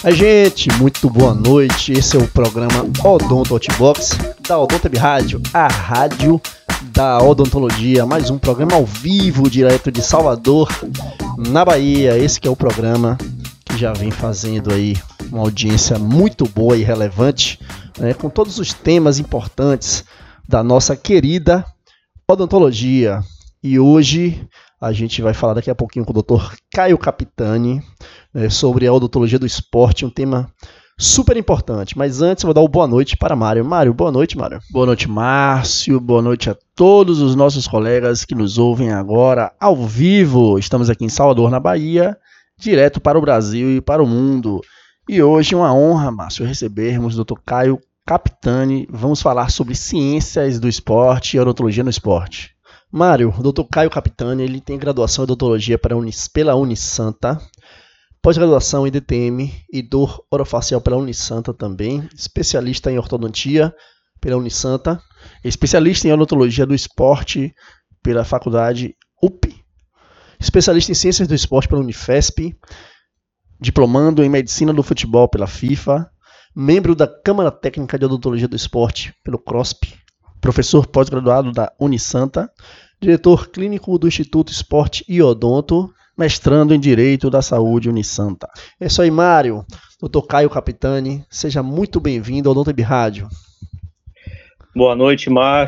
Gente, muito boa noite. Esse é o programa Odonto Outbox da Odonto Web Rádio, a rádio da odontologia. Mais um programa ao vivo, direto de Salvador, na Bahia. Esse que é o programa que já vem fazendo aí uma audiência muito boa e relevante, né, com todos os temas importantes da nossa querida odontologia. E hoje a gente vai falar daqui a pouquinho com o Dr. Caio Capitani, sobre a odontologia do esporte, um tema super importante. Mas antes eu vou dar uma boa noite para Mário. Mário, boa noite, Mário. Boa noite, Márcio. Boa noite a todos os nossos colegas que nos ouvem agora ao vivo. Estamos aqui em Salvador, na Bahia, direto para o Brasil e para o mundo. E hoje é uma honra, Márcio, recebermos o Dr. Caio Capitani. Vamos falar sobre ciências do esporte e odontologia no esporte. Mário, o Dr. Caio Capitani, ele tem graduação em odontologia pela Unisanta, pós-graduação em DTM e dor orofacial pela Unisanta também, especialista em ortodontia pela Unisanta, especialista em odontologia do esporte pela faculdade UP, especialista em ciências do esporte pela Unifesp, diplomando em medicina do futebol pela FIFA, membro da Câmara Técnica de Odontologia do Esporte pelo CROSP, professor pós-graduado da Unisanta, diretor clínico do Instituto Esporte e Odonto, mestrando em Direito da Saúde Unisanta. É isso aí, Mário. Dr. Caio Capitani, seja muito bem-vindo ao Odonto Web Rádio. Boa noite,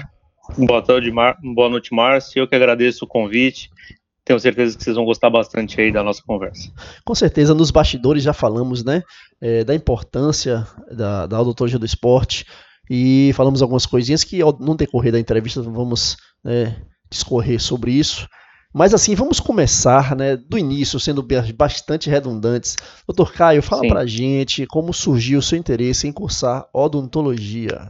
boa noite, Márcio. Eu que agradeço o convite. Tenho certeza que vocês vão gostar bastante aí da nossa conversa. Com certeza, nos bastidores já falamos, né, da importância da odontologia do esporte e falamos algumas coisinhas que no decorrer da entrevista vamos discorrer sobre isso. Mas assim, vamos começar, né, do início, sendo bastante redundantes. Dr. Caio, fala pra gente como surgiu o seu interesse em cursar odontologia.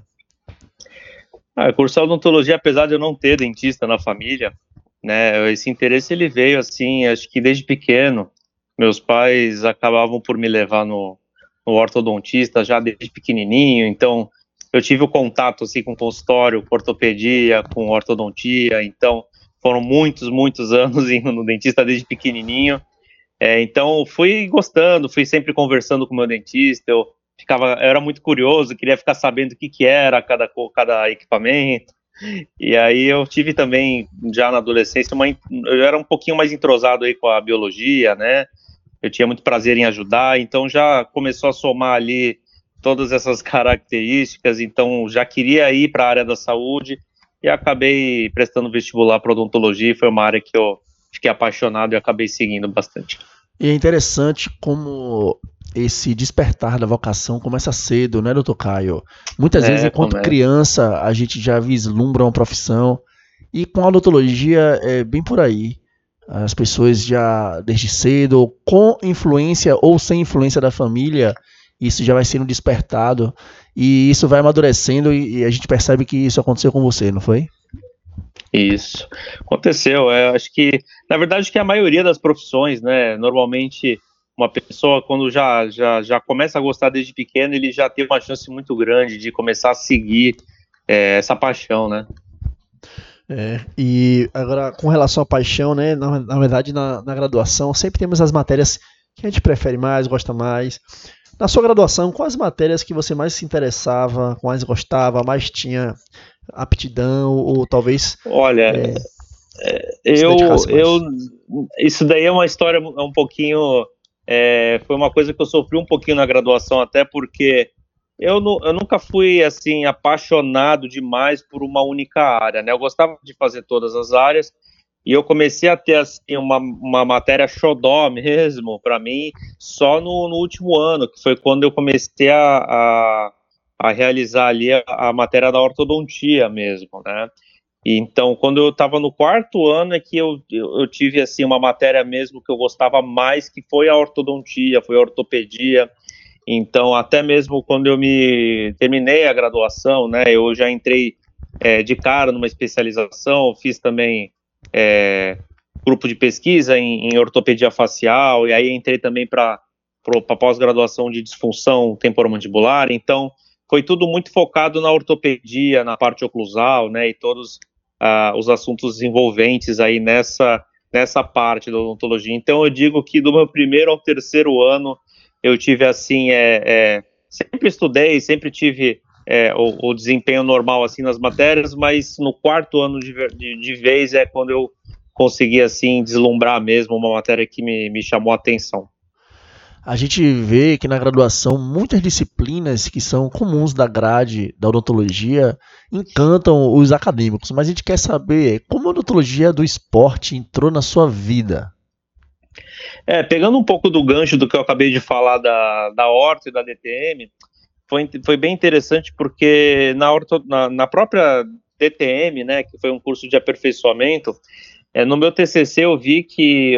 Cursar odontologia, apesar de eu não ter dentista na família, né, esse interesse ele veio assim, acho que desde pequeno. Meus pais acabavam por me levar no ortodontista já desde pequenininho, então eu tive o contato assim com consultório, com ortopedia, com ortodontia, então foram muitos anos indo no dentista desde pequenininho, então fui gostando, fui sempre conversando com o meu dentista, eu era muito curioso, queria ficar sabendo o que era cada equipamento, e aí eu tive também, já na adolescência, eu era um pouquinho mais entrosado aí com a biologia, né, eu tinha muito prazer em ajudar, então já começou a somar ali todas essas características, então já queria ir para a área da saúde, e acabei prestando vestibular para odontologia, e foi uma área que eu fiquei apaixonado e acabei seguindo bastante. E é interessante como esse despertar da vocação começa cedo, né, doutor Caio? Muitas vezes, enquanto criança, a gente já vislumbra uma profissão, e com a odontologia é bem por aí. As pessoas já, desde cedo, com influência ou sem influência da família, isso já vai sendo despertado, e isso vai amadurecendo, e a gente percebe que isso aconteceu com você, não foi? Isso, aconteceu. Acho que, na verdade, que a maioria das profissões, né, normalmente uma pessoa quando já começa a gostar desde pequeno, ele já tem uma chance muito grande de começar a seguir essa paixão, né? E agora com relação à paixão, né, na verdade na graduação sempre temos as matérias que a gente prefere mais, gosta mais. Na sua graduação, quais matérias que você mais se interessava, mais gostava, mais tinha aptidão, ou talvez... Olha, isso daí é uma história um pouquinho... foi uma coisa que eu sofri um pouquinho na graduação, até porque eu nunca fui, assim, apaixonado demais por uma única área, né? Eu gostava de fazer todas as áreas, e eu comecei a ter assim, uma matéria xodó mesmo, para mim, só no último ano, que foi quando eu comecei a realizar ali a matéria da ortodontia mesmo, né? E então, quando eu estava no quarto ano, é que eu tive assim, uma matéria mesmo que eu gostava mais, que foi a ortodontia, foi a ortopedia. Então, até mesmo quando eu terminei a graduação, né, eu já entrei de cara numa especialização, fiz também grupo de pesquisa em ortopedia facial, e aí entrei também para pós-graduação de disfunção temporomandibular. Então foi tudo muito focado na ortopedia, na parte oclusal, né, e todos os assuntos envolventes aí nessa parte da odontologia. Então eu digo que do meu primeiro ao terceiro ano eu tive assim, sempre estudei, sempre tive o desempenho normal assim nas matérias, mas no quarto ano de vez é quando eu consegui assim deslumbrar mesmo uma matéria que me chamou a atenção. A gente vê que na graduação muitas disciplinas que são comuns da grade da odontologia encantam os acadêmicos, mas a gente quer saber como a odontologia do esporte entrou na sua vida. Pegando um pouco do gancho do que eu acabei de falar da orto e da DTM, foi bem interessante porque na própria DTM, né, que foi um curso de aperfeiçoamento, no meu TCC eu vi que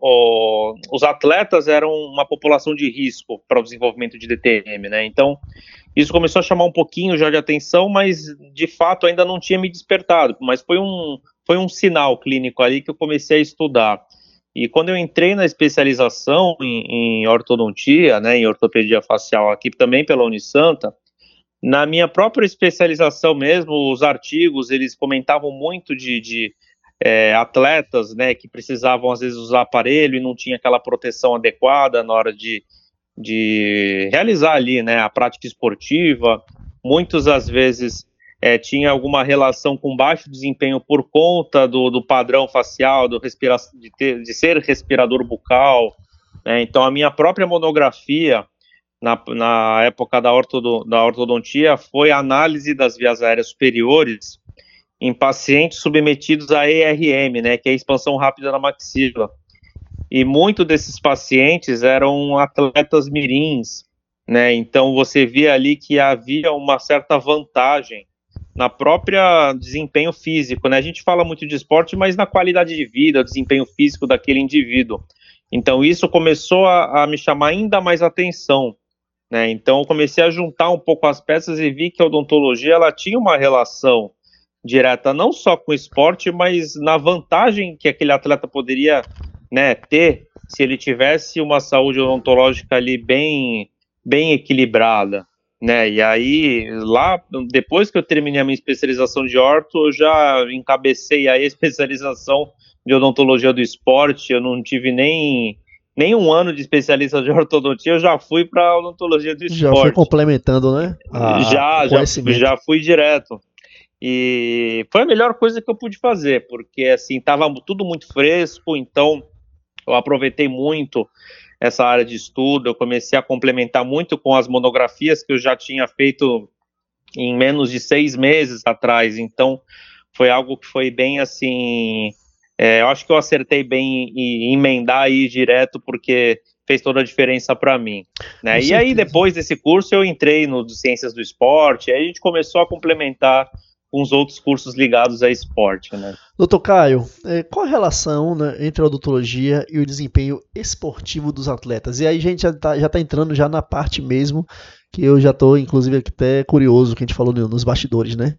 os atletas eram uma população de risco para o desenvolvimento de DTM, né? Então isso começou a chamar um pouquinho já de atenção, mas de fato ainda não tinha me despertado. Mas foi um sinal clínico ali que eu comecei a estudar. E quando eu entrei na especialização em ortodontia, né, em ortopedia facial aqui também pela Unisanta, na minha própria especialização mesmo, os artigos eles comentavam muito de atletas, né, que precisavam às vezes usar aparelho e não tinha aquela proteção adequada na hora de realizar ali, né, a prática esportiva. Muitos às vezes tinha alguma relação com baixo desempenho por conta do padrão facial, de ser respirador bucal, né? Então a minha própria monografia na época da ortodontia foi a análise das vias aéreas superiores em pacientes submetidos a ERM, né, que é a expansão rápida da maxila. E muitos desses pacientes eram atletas mirins, né? Então você via ali que havia uma certa vantagem na própria desempenho físico, né? A gente fala muito de esporte, mas na qualidade de vida, desempenho físico daquele indivíduo. Então isso começou a me chamar ainda mais atenção, né? Então eu comecei a juntar um pouco as peças e vi que a odontologia ela tinha uma relação direta não só com o esporte, mas na vantagem que aquele atleta poderia, né, ter se ele tivesse uma saúde odontológica ali bem equilibrada, né? E aí lá depois que eu terminei a minha especialização de orto, eu já encabecei a especialização de odontologia do esporte. Eu não tive nem um ano de especialista de ortodontia, eu já fui para odontologia do esporte. Já foi complementando, né? Já fui direto. E foi a melhor coisa que eu pude fazer, porque assim, estava tudo muito fresco, então eu aproveitei muito essa área de estudo, eu comecei a complementar muito com as monografias que eu já tinha feito em menos de 6 meses atrás, então foi algo que foi bem assim, eu acho que eu acertei bem em emendar aí direto, porque fez toda a diferença para mim, né? E aí depois desse curso eu entrei no de Ciências do Esporte, aí a gente começou a complementar com os outros cursos ligados a esporte, né? Doutor Caio, qual a relação, né, entre a odontologia e o desempenho esportivo dos atletas? E aí a gente já tá entrando já na parte mesmo, que eu já estou, inclusive, até curioso, que a gente falou nos bastidores, né?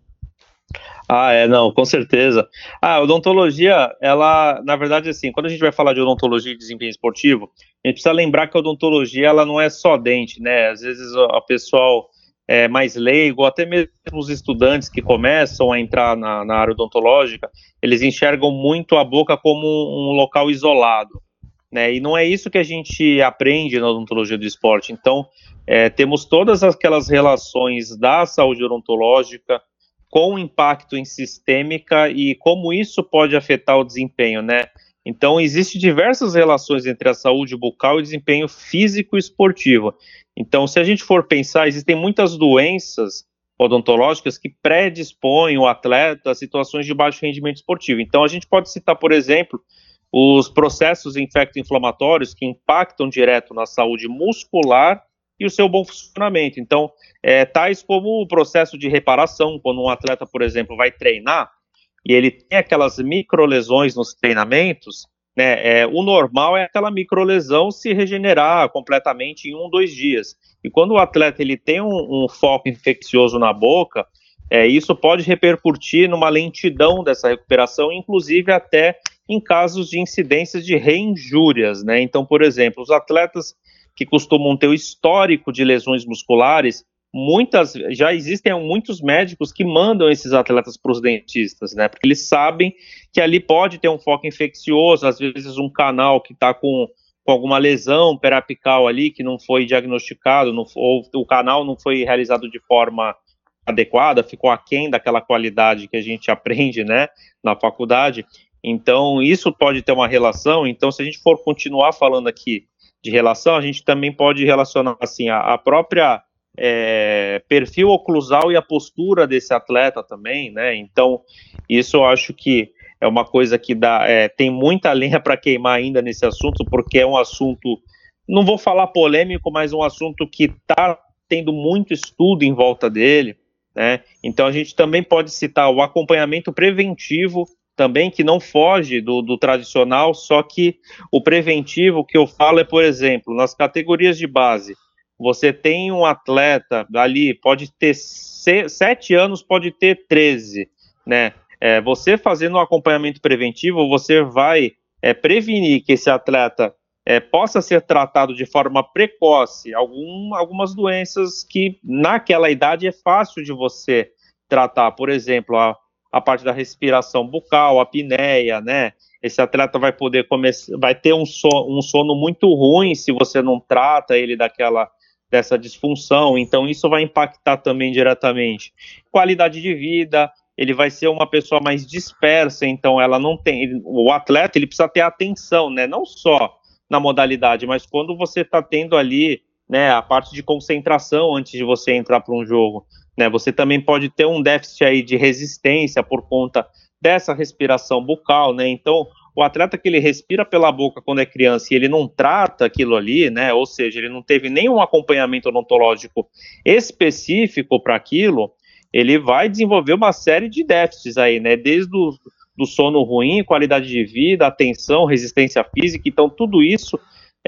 Não, com certeza. A odontologia, ela, na verdade, assim, quando a gente vai falar de odontologia e desempenho esportivo, a gente precisa lembrar que a odontologia, ela não é só dente, né? Às vezes a pessoal mais leigo, ou até mesmo os estudantes que começam a entrar na área odontológica, eles enxergam muito a boca como um local isolado, né? E não é isso que a gente aprende na odontologia do esporte. Então, temos todas aquelas relações da saúde odontológica com impacto em sistêmica e como isso pode afetar o desempenho, né? Então, existem diversas relações entre a saúde bucal e o desempenho físico e esportivo. Então, se a gente for pensar, existem muitas doenças odontológicas que predispõem o atleta a situações de baixo rendimento esportivo. Então, a gente pode citar, por exemplo, os processos infecto-inflamatórios que impactam direto na saúde muscular e o seu bom funcionamento. Então, tais como o processo de reparação, quando um atleta, por exemplo, vai treinar e ele tem aquelas microlesões nos treinamentos, né, o normal é aquela microlesão se regenerar completamente em 1, 2 dias. E quando o atleta ele tem um foco infeccioso na boca, isso pode repercutir numa lentidão dessa recuperação, inclusive até em casos de incidências de reinjúrias, né? Então, por exemplo, os atletas que costumam ter o histórico de lesões musculares, já existem muitos médicos que mandam esses atletas para os dentistas, né? Porque eles sabem que ali pode ter um foco infeccioso, às vezes um canal que está com com alguma lesão periapical ali que não foi diagnosticado, ou o canal não foi realizado de forma adequada, ficou aquém daquela qualidade que a gente aprende, né, na faculdade. Então, isso pode ter uma relação. Então, se a gente for continuar falando aqui de relação, a gente também pode relacionar, assim, a própria perfil oclusal e a postura desse atleta também, né? Então, isso eu acho que é uma coisa que tem muita lenha para queimar ainda nesse assunto, porque é um assunto, não vou falar polêmico, mas um assunto que está tendo muito estudo em volta dele, né? Então, a gente também pode citar o acompanhamento preventivo também, que não foge do tradicional, só que o preventivo que eu falo é, por exemplo, nas categorias de base, você tem um atleta ali, pode ter 7 anos, pode ter 13, né? Você fazendo um acompanhamento preventivo, você vai prevenir que esse atleta possa ser tratado de forma precoce, algumas doenças que naquela idade é fácil de você tratar, por exemplo, a parte da respiração bucal, a apneia, né? Esse atleta vai poder vai ter um sono muito ruim se você não trata ele dessa disfunção, então isso vai impactar também diretamente. Qualidade de vida, ele vai ser uma pessoa mais dispersa, então ela não tem, o atleta ele precisa ter atenção, né? Não só na modalidade, mas quando você está tendo ali, né, a parte de concentração antes de você entrar para um jogo, né? Você também pode ter um déficit aí de resistência por conta dessa respiração bucal, né? Então, o atleta que ele respira pela boca quando é criança e ele não trata aquilo ali, né? Ou seja, ele não teve nenhum acompanhamento odontológico específico para aquilo, ele vai desenvolver uma série de déficits aí, né? Desde do sono ruim, qualidade de vida, atenção, resistência física. Então, tudo isso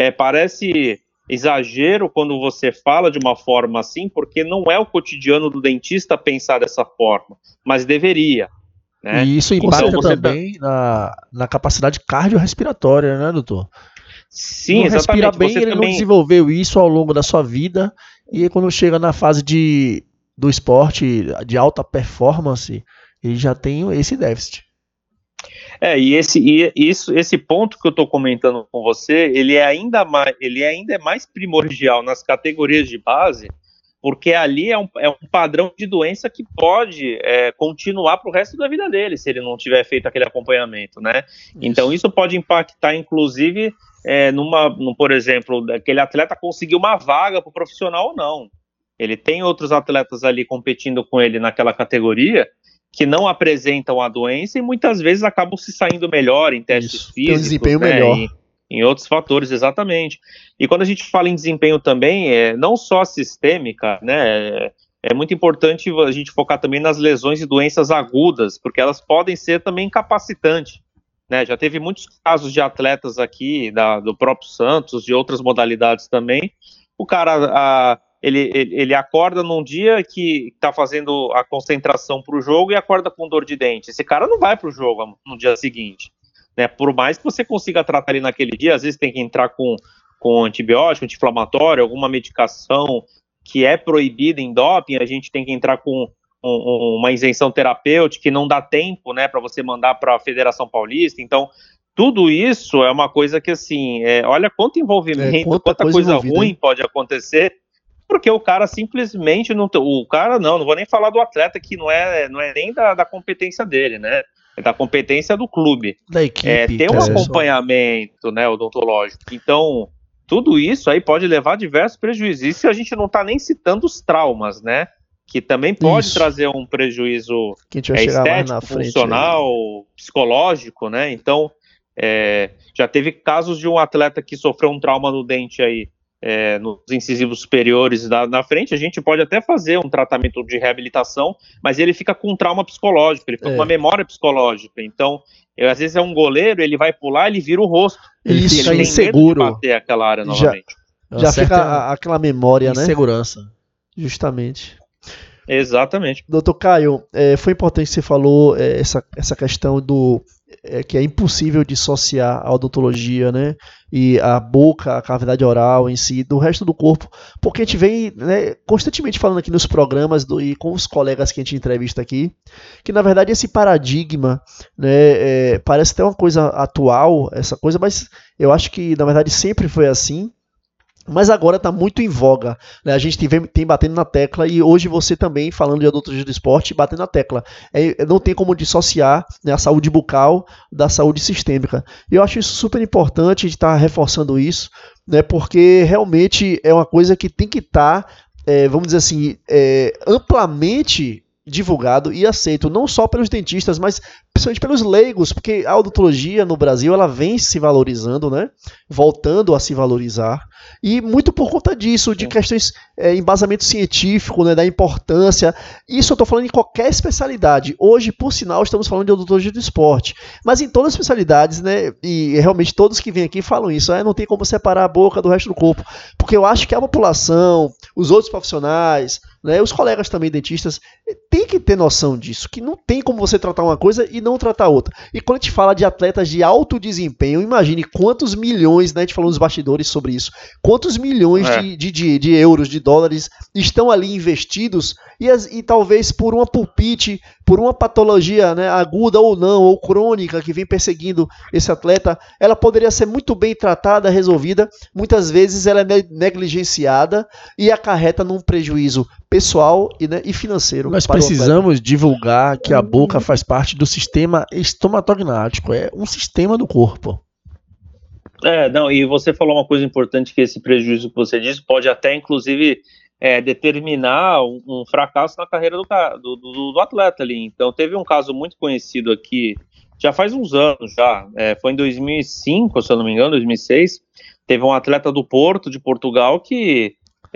parece exagero quando você fala de uma forma assim, porque não é o cotidiano do dentista pensar dessa forma, mas deveria. Né? E isso impacta também na capacidade cardiorrespiratória, né, doutor? Sim, não exatamente. Respira bem, ele não desenvolveu isso ao longo da sua vida, e quando chega na fase do esporte de alta performance, ele já tem esse déficit. E esse ponto que eu estou comentando com você, ele ainda é mais primordial nas categorias de base, porque ali é um padrão de doença que pode continuar para o resto da vida dele, se ele não tiver feito aquele acompanhamento, né? Então isso pode impactar, inclusive, por exemplo, aquele atleta conseguir uma vaga para o profissional ou não. Ele tem outros atletas ali competindo com ele naquela categoria que não apresentam a doença e muitas vezes acabam se saindo melhor em testes físicos, tem um desempenho melhor. Em outros fatores, exatamente. E quando a gente fala em desempenho também, não só sistêmica, né, é muito importante a gente focar também nas lesões e doenças agudas, porque elas podem ser também incapacitantes. Né? Já teve muitos casos de atletas aqui, do próprio Santos, de outras modalidades também. O cara, ele acorda num dia que está fazendo a concentração para o jogo e acorda com dor de dente. Esse cara não vai para o jogo no dia seguinte. Né? Por mais que você consiga tratar ele naquele dia, às vezes tem que entrar com antibiótico, anti-inflamatório, alguma medicação que é proibida em doping, a gente tem que entrar com uma isenção terapêutica que não dá tempo, né, para você mandar para a Federação Paulista. Então, tudo isso é uma coisa que, assim, olha quanto envolvimento, quanta coisa ruim pode acontecer, porque o cara simplesmente não vou nem falar do atleta, que não é nem da competência dele, né? É da competência do clube. Da equipe. Ter um acompanhamento, né, odontológico. Então, tudo isso aí pode levar a diversos prejuízos. Isso a gente não está nem citando os traumas, né? Que também pode trazer um prejuízo estético, funcional, psicológico, né? Então, já teve casos de um atleta que sofreu um trauma no dente aí, nos incisivos superiores na frente. A gente pode até fazer um tratamento de reabilitação, mas ele fica com um trauma psicológico, ele fica com uma memória psicológica. Então, às vezes é um goleiro, ele vai pular, ele vira o rosto. Ele fica inseguro. Medo de bater aquela área novamente. Já fica aquela memória, né? Insegurança. Justamente. Exatamente. Doutor Caio, foi importante que você falou essa questão do que é impossível dissociar a odontologia, né, e a boca, a cavidade oral em si, do resto do corpo, porque a gente vem, né, constantemente falando aqui nos programas e com os colegas que a gente entrevista aqui, que na verdade esse paradigma, né, parece até uma coisa atual, essa coisa, mas eu acho que na verdade sempre foi assim. Mas agora está muito em voga, né? A gente tem batendo na tecla, e hoje você também, falando de odontologia do esporte, batendo na tecla. Não tem como dissociar, né, a saúde bucal da saúde sistêmica. E eu acho isso super importante, a gente estar reforçando isso, né, porque realmente é uma coisa que tem que estar, vamos dizer assim, amplamente divulgado e aceito, não só pelos dentistas, mas principalmente pelos leigos, porque a odontologia no Brasil ela vem se valorizando, né? Voltando a se valorizar, e muito por conta disso, de questões, embasamento científico, né, da importância. Isso eu estou falando em qualquer especialidade. Hoje, por sinal, estamos falando de odontologia do esporte, mas em todas as especialidades, né, e realmente todos que vêm aqui falam isso, não tem como separar a boca do resto do corpo, porque eu acho que a população, os outros profissionais, né, os colegas também dentistas, tem que ter noção disso, que não tem como você tratar uma coisa e não tratar outra. E quando a gente fala de atletas de alto desempenho, imagine quantos milhões, né, a gente falou nos bastidores sobre isso, quantos milhões de euros, de dólares estão ali investidos, e talvez por uma pulpite, por uma patologia, né, aguda ou não, ou crônica, que vem perseguindo esse atleta, ela poderia ser muito bem tratada, resolvida. Muitas vezes ela é negligenciada e acarreta num prejuízo pessoal e financeiro. Nós precisamos divulgar que a boca faz parte do sistema estomatognático, é um sistema do corpo. Não, e você falou uma coisa importante, que esse prejuízo que você disse pode até, inclusive, determinar um fracasso na carreira do atleta ali. Então, teve um caso muito conhecido aqui, já faz uns anos já, foi em 2005, se eu não me engano, 2006, teve um atleta do Porto, de Portugal, que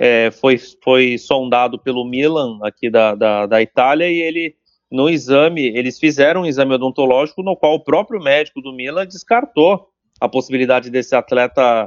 foi sondado pelo Milan, aqui da Itália, e ele, no exame, eles fizeram um exame odontológico no qual o próprio médico do Milan descartou a possibilidade desse atleta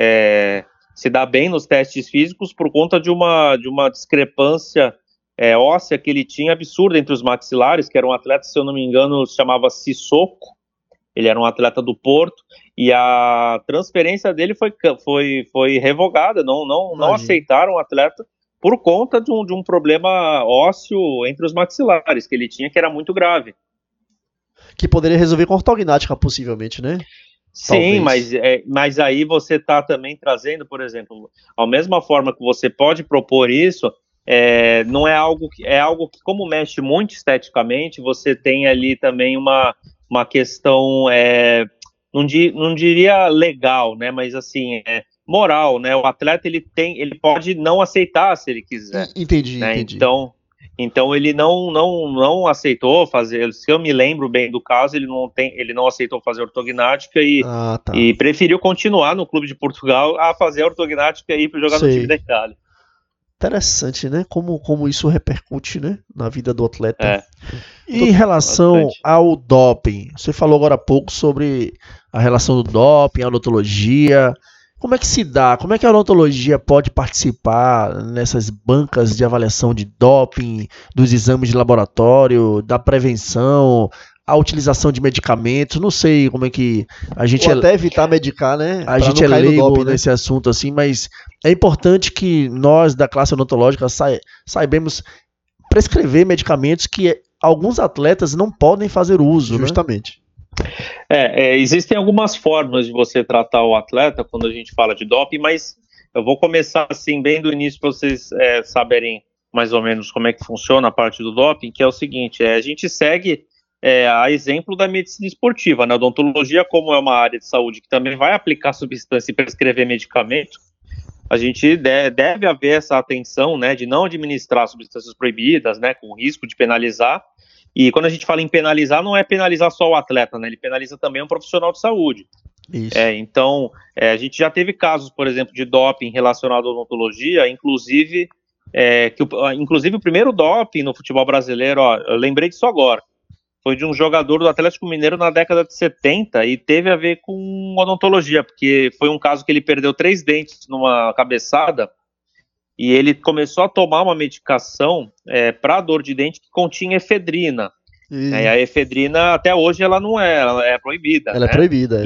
se dar bem nos testes físicos por conta de uma discrepância óssea que ele tinha absurda entre os maxilares, que era um atleta, se eu não me engano, se chamava Sissoko. Ele era um atleta do Porto, e a transferência dele foi revogada, não aceitaram o atleta por conta de um problema ósseo entre os maxilares que ele tinha, que era muito grave. Que poderia resolver com ortognática, possivelmente, né? Sim, mas aí você está também trazendo, por exemplo, a mesma forma que você pode propor isso, não é algo que, como mexe muito esteticamente, você tem ali também uma questão, não diria legal, né, mas assim, moral, né, o atleta ele pode não aceitar se ele quiser. Entendi, né? entendi. Então ele não aceitou fazer, se eu me lembro bem do caso, ele não aceitou fazer ortognática e preferiu continuar no clube de Portugal a fazer a ortognática e jogar no time da Itália. Interessante, né? Como isso repercute, né, na vida do atleta. E em relação ao doping, você falou agora há pouco sobre a relação do doping, a odontologia. Como é que se dá? Como é que a odontologia pode participar nessas bancas de avaliação de doping, dos exames de laboratório, da prevenção, a utilização de medicamentos? Não sei como é que a gente... Ou até evitar medicar, né? A gente é leigo nesse assunto, assim, mas é importante que nós, da classe odontológica, saibamos prescrever medicamentos que alguns atletas não podem fazer uso. Justamente. Existem algumas formas de você tratar o atleta quando a gente fala de doping, mas eu vou começar assim bem do início para vocês saberem mais ou menos como é que funciona a parte do doping, que é o seguinte, a gente segue a exemplo da medicina esportiva, né? A odontologia, como é uma área de saúde que também vai aplicar substância e prescrever medicamento, a gente deve haver essa atenção, né, de não administrar substâncias proibidas, né, com risco de penalizar. E quando a gente fala em penalizar, não é penalizar só o atleta, né? Ele penaliza também um profissional de saúde. Isso. Então, a gente já teve casos, por exemplo, de doping relacionado à odontologia, inclusive o primeiro doping no futebol brasileiro, eu lembrei disso agora, foi de um jogador do Atlético Mineiro na década de 70 e teve a ver com odontologia, porque foi um caso que ele perdeu 3 dentes numa cabeçada e ele começou a tomar uma medicação para dor de dente que continha efedrina. E a efedrina, até hoje, ela não ela é proibida. Ela é proibida.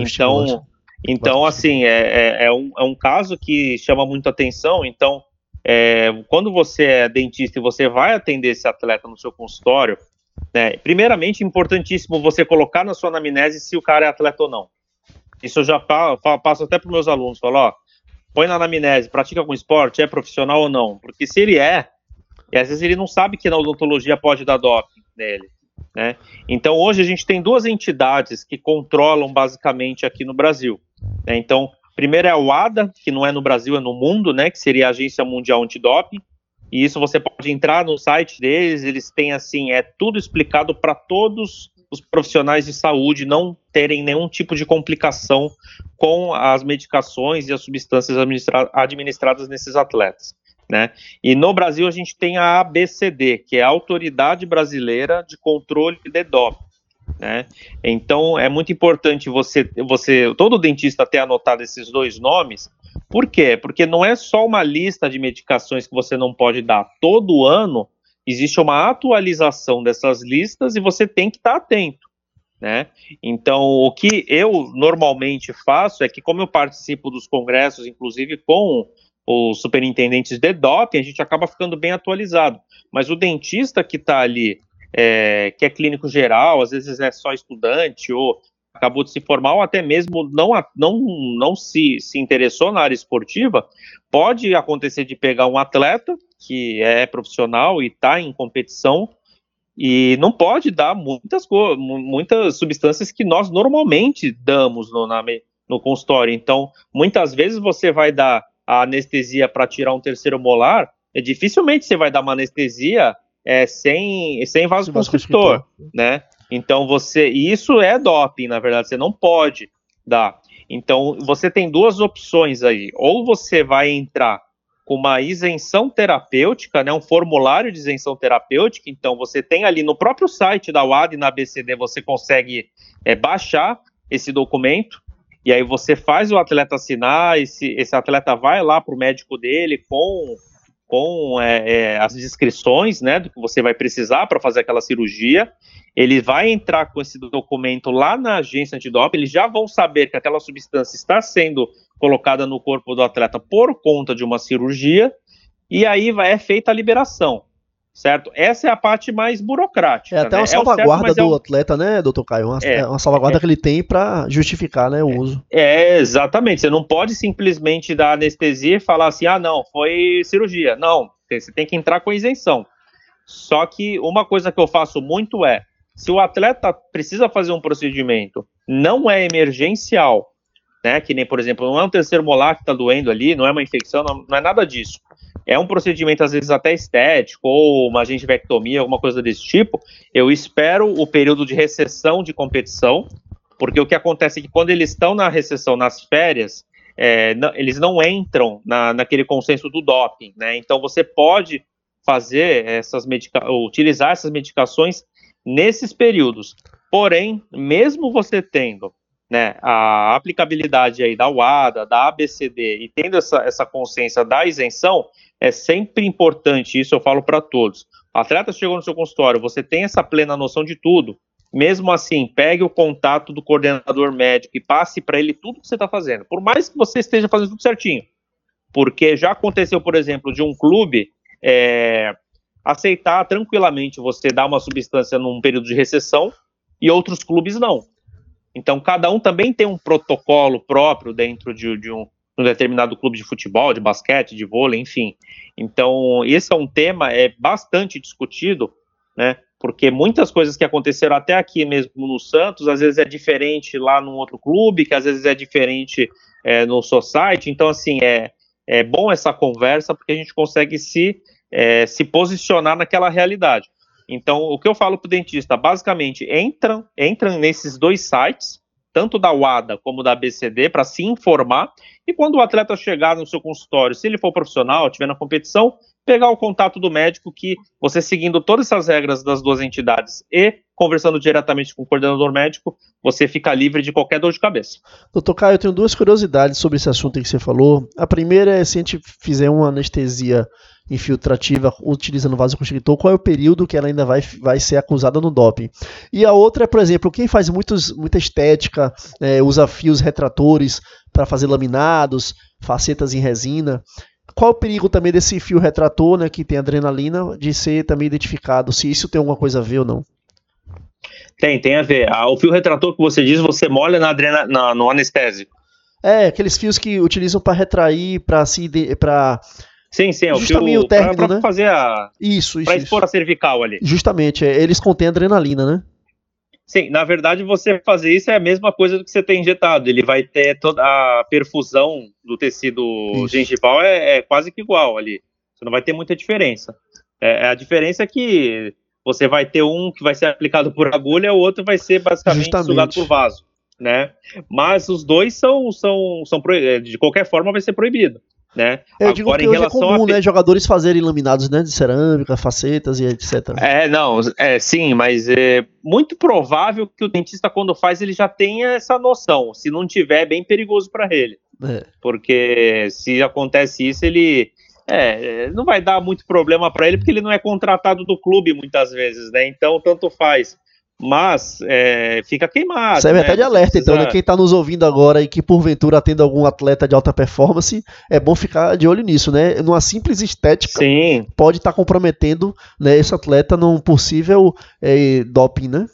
Então assim, é um caso que chama muito atenção. Então, quando você é dentista e você vai atender esse atleta no seu consultório, né, primeiramente, importantíssimo você colocar na sua anamnese se o cara é atleta ou não. Isso eu já passo até para os meus alunos, falo, põe na anamnese, pratica algum esporte, é profissional ou não? Porque se ele e às vezes ele não sabe que na odontologia pode dar doping nele, né? Então hoje a gente tem 2 entidades que controlam basicamente aqui no Brasil, né? Então, primeiro é a WADA, que não é no Brasil, é no mundo, né? Que seria a Agência Mundial Antidoping, e isso você pode entrar no site deles, eles têm assim, tudo explicado para todos os profissionais de saúde não terem nenhum tipo de complicação com as medicações e as substâncias administradas nesses atletas, né? E no Brasil a gente tem a ABCD, que é a Autoridade Brasileira de Controle de Doping, né? Então é muito importante todo dentista ter anotado esses 2 nomes. Por quê? Porque não é só uma lista de medicações que você não pode dar. Todo ano existe uma atualização dessas listas e você tem que estar atento, né? Então, o que eu normalmente faço é que, como eu participo dos congressos, inclusive com os superintendentes de doping, a gente acaba ficando bem atualizado. Mas o dentista que está ali, que é clínico geral, às vezes é só estudante ou acabou de se formar ou até mesmo não se interessou na área esportiva, pode acontecer de pegar um atleta que é profissional e está em competição e não pode dar muitas substâncias que nós normalmente damos no consultório. Então, muitas vezes você vai dar a anestesia para tirar um terceiro molar, dificilmente você vai dar uma anestesia sem vasoconstrictor, né? Então isso é doping, na verdade, você não pode dar. Então você tem 2 opções aí, ou você vai entrar com uma isenção terapêutica, né, um formulário de isenção terapêutica. Então você tem ali no próprio site da WADA e na ABCD, você consegue baixar esse documento, e aí você faz o atleta assinar, esse atleta vai lá para o médico dele com as descrições, né, do que você vai precisar para fazer aquela cirurgia. Ele vai entrar com esse documento lá na agência antidoping, eles já vão saber que aquela substância está sendo colocada no corpo do atleta por conta de uma cirurgia, e aí é feita a liberação, certo? Essa é a parte mais burocrática. É até uma salvaguarda do atleta, né, doutor Caio? Uma salvaguarda que ele tem para justificar, né, o uso. Exatamente. Você não pode simplesmente dar anestesia e falar assim, não, foi cirurgia. Não, você tem que entrar com isenção. Só que uma coisa que eu faço muito se o atleta precisa fazer um procedimento, não é emergencial, né, que nem, por exemplo, não é um terceiro molar que está doendo ali, não é uma infecção, não é nada disso. É um procedimento, às vezes, até estético, ou uma gengivectomia, alguma coisa desse tipo. Eu espero o período de recessão de competição, porque o que acontece é que quando eles estão na recessão, nas férias, eles não entram naquele consenso do doping, né? Então você pode fazer utilizar essas medicações nesses períodos. Porém, mesmo você tendo, né, a aplicabilidade aí da WADA, da ABCD e tendo essa consciência da isenção, é sempre importante, isso eu falo para todos. O atleta chegou no seu consultório, você tem essa plena noção de tudo, mesmo assim, pegue o contato do coordenador médico e passe para ele tudo que você está fazendo, por mais que você esteja fazendo tudo certinho. Porque já aconteceu, por exemplo, de um clube aceitar tranquilamente você dar uma substância num período de recessão e outros clubes não. Então, cada um também tem um protocolo próprio dentro de um determinado clube de futebol, de basquete, de vôlei, enfim. Então, esse é um tema bastante discutido, né? Porque muitas coisas que aconteceram até aqui mesmo no Santos, às vezes é diferente lá num outro clube, que às vezes é diferente no society. Então, assim, é bom essa conversa, porque a gente consegue se posicionar naquela realidade. Então, o que eu falo para o dentista, basicamente, entram nesses 2 sites, tanto da WADA como da ABCD, para se informar, e quando o atleta chegar no seu consultório, se ele for profissional, estiver na competição, pegar o contato do médico, que você seguindo todas essas regras das 2 entidades e conversando diretamente com o coordenador médico, você fica livre de qualquer dor de cabeça. Doutor Caio, eu tenho duas curiosidades sobre esse assunto que você falou. A primeira é se a gente fizer uma anestesia infiltrativa utilizando vasoconstrictor, qual é o período que ela ainda vai ser acusada no doping? E a outra é, por exemplo, quem faz muita estética, usa fios retratores para fazer laminados, facetas em resina. Qual o perigo também desse fio retrator, né, que tem adrenalina, de ser também identificado, se isso tem alguma coisa a ver ou não? Tem a ver. O fio retrator que você diz, você molha no anestésico. Aqueles fios que utilizam para retrair, para Sim, é o fio término, para né? fazer para expor a cervical ali. Justamente, eles contêm adrenalina, né? Sim, na verdade você fazer isso é a mesma coisa do que você ter injetado. Ele vai ter toda a perfusão do tecido gengival é quase que igual ali. Você não vai ter muita diferença. A diferença é que você vai ter um que vai ser aplicado por agulha, o outro vai ser basicamente sugado por vaso, né? Mas os dois são de qualquer forma vai ser proibido. Né? Eu digo que hoje é comum, né, jogadores fazerem laminados, né, de cerâmica, facetas e etc. Sim, mas é muito provável que o dentista, quando faz, ele já tenha essa noção. Se não tiver, é bem perigoso para ele. Porque se acontece isso, ele não vai dar muito problema para ele, porque ele não é contratado do clube muitas vezes, né? Então, tanto faz. Mas fica queimado. Serve até de alerta, então, né? Quem está nos ouvindo agora e que porventura atenda algum atleta de alta performance, é bom ficar de olho nisso, né? Numa simples estética, pode estar comprometendo, né, esse atleta num possível doping, né?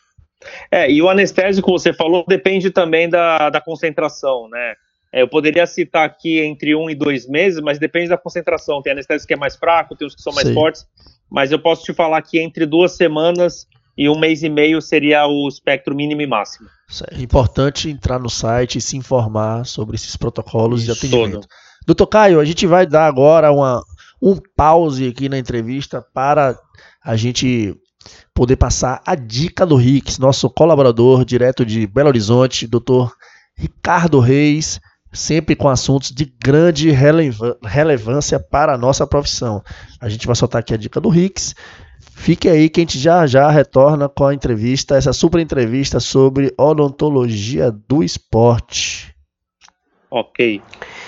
E o anestésico, você falou, depende também da concentração, né? Eu poderia citar aqui entre 1 e 2 meses, mas depende da concentração. Tem anestésico que é mais fraco, tem os que são mais fortes, mas eu posso te falar que entre 2 semanas e 1 mês e meio seria o espectro mínimo e máximo. É importante entrar no site e se informar sobre esses protocolos de atendimento. Doutor Caio, a gente vai dar agora um pause aqui na entrevista para a gente poder passar a dica do Rix, nosso colaborador direto de Belo Horizonte, doutor Ricardo Reis, sempre com assuntos de grande relevância para a nossa profissão. A gente vai soltar aqui a dica do Rix. Fique aí que a gente já retorna com a entrevista, essa super entrevista sobre odontologia do esporte. Ok.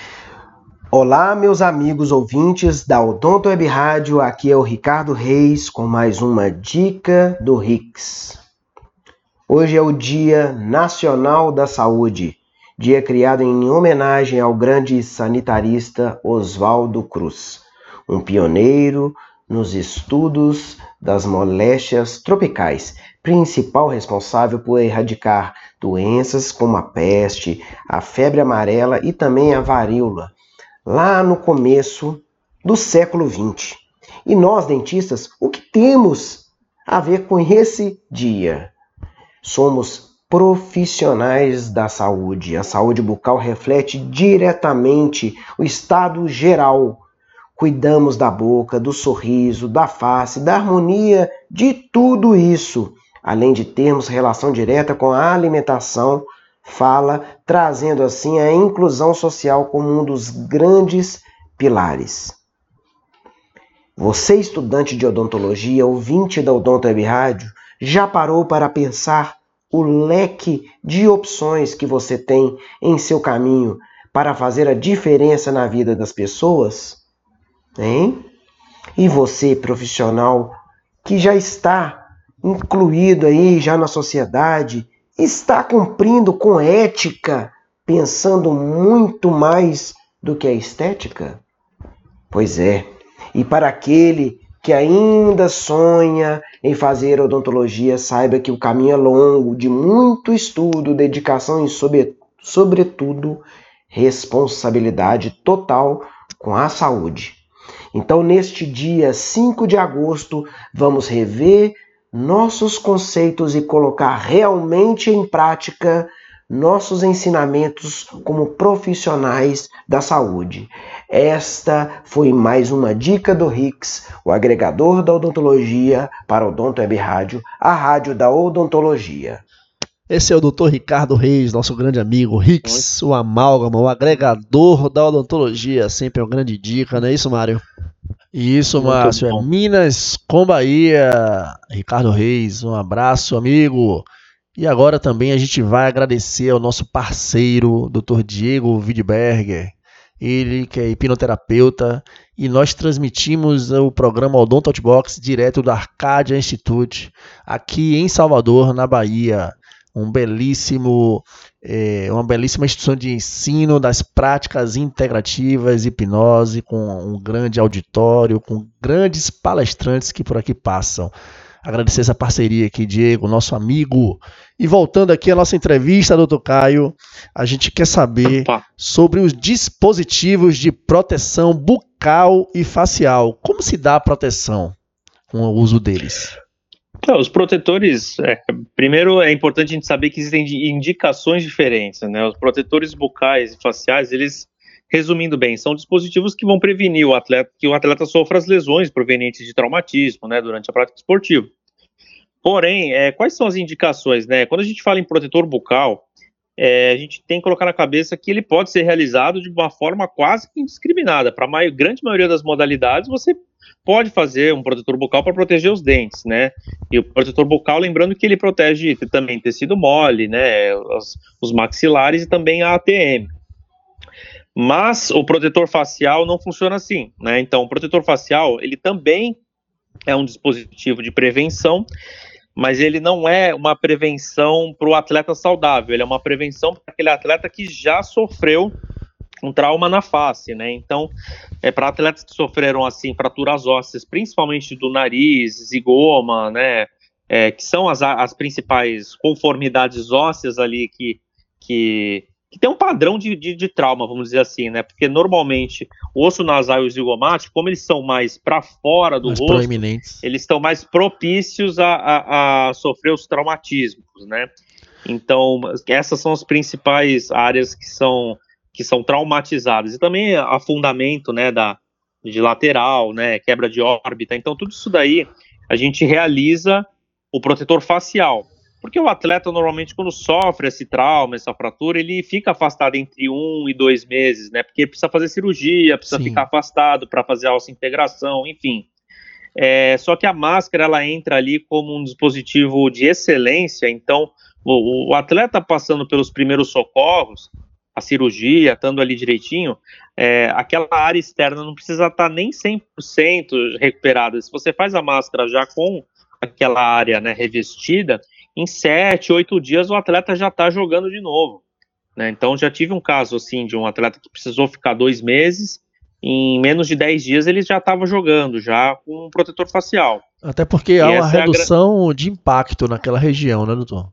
Olá, meus amigos ouvintes da Odonto Web Rádio, aqui é o Ricardo Reis com mais uma dica do Rix. Hoje é o Dia Nacional da Saúde, dia criado em homenagem ao grande sanitarista Oswaldo Cruz, um pioneiro nos estudos das moléstias tropicais, principal responsável por erradicar doenças como a peste, a febre amarela e também a varíola, lá no começo do século XX. E nós, dentistas, o que temos a ver com esse dia? Somos profissionais da saúde. A saúde bucal reflete diretamente o estado geral. Cuidamos da boca, do sorriso, da face, da harmonia, de tudo isso, além de termos relação direta com a alimentação, fala, trazendo assim a inclusão social como um dos grandes pilares. Você, estudante de odontologia, ouvinte da Odonto Web Rádio, já parou para pensar o leque de opções que você tem em seu caminho para fazer a diferença na vida das pessoas? Hein? E você, profissional, que já está incluído aí já na sociedade, está cumprindo com ética, pensando muito mais do que a estética? Pois é, e para aquele que ainda sonha em fazer odontologia, saiba que o caminho é longo, de muito estudo, dedicação e, sobretudo, responsabilidade total com a saúde. Então, neste dia 5 de agosto, vamos rever nossos conceitos e colocar realmente em prática nossos ensinamentos como profissionais da saúde. Esta foi mais uma dica do Rix, o agregador da odontologia para o Odonto Web Rádio, a rádio da odontologia. Esse é o Dr. Ricardo Reis, nosso grande amigo Rix, o amálgama, o agregador da odontologia, sempre é uma grande dica, não é isso, Mário? Isso, Márcio, é Minas com Bahia. Ricardo Reis, um abraço, amigo. E agora também a gente vai agradecer ao nosso parceiro, Dr. Diego Widberger, ele que é hipnoterapeuta, e nós transmitimos o programa Odonto Outbox direto do Arcadia Institute, aqui em Salvador, na Bahia. Uma belíssima instituição de ensino das práticas integrativas, hipnose, com um grande auditório, com grandes palestrantes que por aqui passam. Agradecer essa parceria aqui, Diego, nosso amigo. E voltando aqui à nossa entrevista, doutor Caio, a gente quer saber sobre os dispositivos de proteção bucal e facial. Como se dá a proteção com o uso deles? Os protetores, primeiro é importante a gente saber que existem indicações diferentes, né? Os protetores bucais e faciais, eles, resumindo bem, são dispositivos que vão prevenir que o atleta sofra as lesões provenientes de traumatismo, né, durante a prática esportiva. Porém, quais são as indicações, né? Quando a gente fala em protetor bucal, a gente tem que colocar na cabeça que ele pode ser realizado de uma forma quase que indiscriminada. Para a grande maioria das modalidades, você pode fazer um protetor bucal para proteger os dentes, né? E o protetor bucal, lembrando que ele protege também tecido mole, né? Os maxilares e também a ATM. Mas o protetor facial não funciona assim, né? Então, o protetor facial, ele também é um dispositivo de prevenção, mas ele não é uma prevenção para o atleta saudável, ele é uma prevenção para aquele atleta que já sofreu um trauma na face, né? Então, para atletas que sofreram, assim, fraturas ósseas, principalmente do nariz, zigoma, né? Que são as principais conformidades ósseas ali que tem um padrão de trauma, vamos dizer assim, né? Porque normalmente o osso nasal e o zigomático, como eles são mais para fora do rosto, eles estão mais propícios a sofrer os traumatismos, né? Então, essas são as principais áreas que são traumatizadas. E também afundamento, né, de lateral, né, quebra de órbita. Então, tudo isso daí a gente realiza o protetor facial. Porque o atleta, normalmente, quando sofre esse trauma, essa fratura, ele fica afastado entre 1 e 2 meses, né? Porque precisa fazer cirurgia, precisa ficar afastado para fazer a ossa-integração, enfim. Só que a máscara, ela entra ali como um dispositivo de excelência. Então, o atleta passando pelos primeiros socorros, a cirurgia, estando ali direitinho, aquela área externa não precisa estar nem 100% recuperada. Se você faz a máscara já com aquela área, né, revestida, em 7, 8 dias o atleta já está jogando de novo, né? Então já tive um caso assim de um atleta que precisou ficar 2 meses, em menos de 10 dias ele já estava jogando, já com um protetor facial. Até porque há uma redução de impacto naquela região, né, doutor?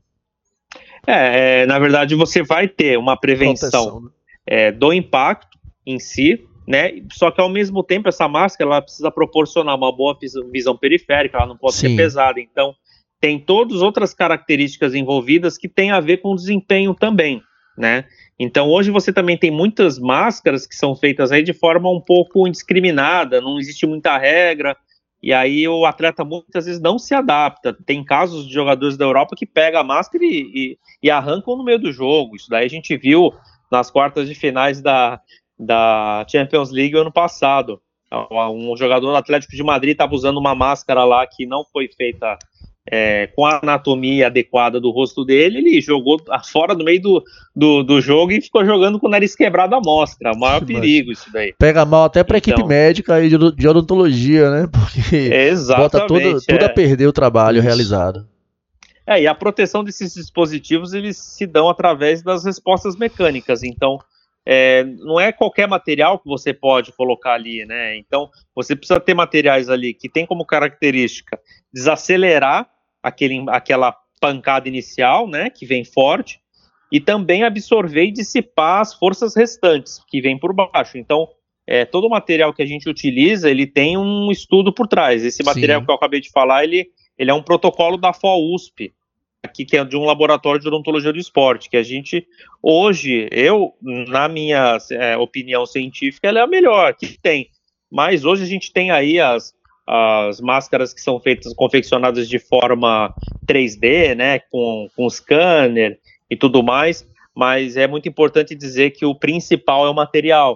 Na verdade você vai ter uma prevenção do impacto em si, né? Só que ao mesmo tempo essa máscara ela precisa proporcionar uma boa visão periférica, ela não pode ser pesada, então tem todas outras características envolvidas que tem a ver com o desempenho também, né? Então hoje você também tem muitas máscaras que são feitas aí de forma um pouco indiscriminada, não existe muita regra, e aí o atleta muitas vezes não se adapta. Tem casos de jogadores da Europa que pegam a máscara e arrancam no meio do jogo. Isso daí a gente viu nas quartas de finais da Champions League ano passado. Um jogador do Atlético de Madrid estava usando uma máscara lá que não foi feita com a anatomia adequada do rosto dele, ele jogou fora do meio do jogo e ficou jogando com o nariz quebrado à mostra. O maior perigo isso daí. Pega mal até para a equipe médica e de odontologia, né? Porque bota tudo a perder o trabalho realizado. E a proteção desses dispositivos, eles se dão através das respostas mecânicas. Então, não é qualquer material que você pode colocar ali, né? Então, você precisa ter materiais ali que tem como característica desacelerar aquela pancada inicial, né, que vem forte, e também absorver e dissipar as forças restantes que vêm por baixo. Então, todo o material que a gente utiliza, ele tem um estudo por trás. Esse material que eu acabei de falar, ele é um protocolo da FOUSP, aqui, que é de um laboratório de odontologia do esporte, que a gente, hoje, na minha opinião científica, ela é a melhor que tem. Mas hoje a gente tem aí as máscaras que são confeccionadas de forma 3D, né, com scanner e tudo mais, mas é muito importante dizer que o principal é o material,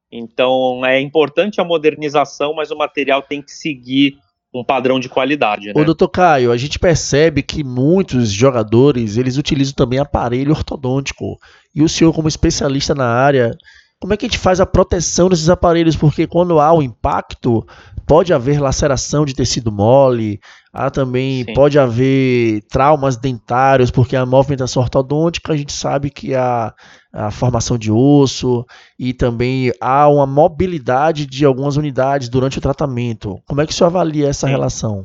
Então é importante a modernização, mas o material tem que seguir um padrão de qualidade, né? Ô, doutor Caio, a gente percebe que muitos jogadores, eles utilizam também aparelho ortodôntico. E o senhor, como especialista na área, como é que a gente faz a proteção desses aparelhos? Porque quando há o impacto, pode haver laceração de tecido mole, também pode haver traumas dentários, porque a movimentação ortodôntica, a gente sabe que há a formação de osso e também há uma mobilidade de algumas unidades durante o tratamento. Como é que o senhor avalia essa relação?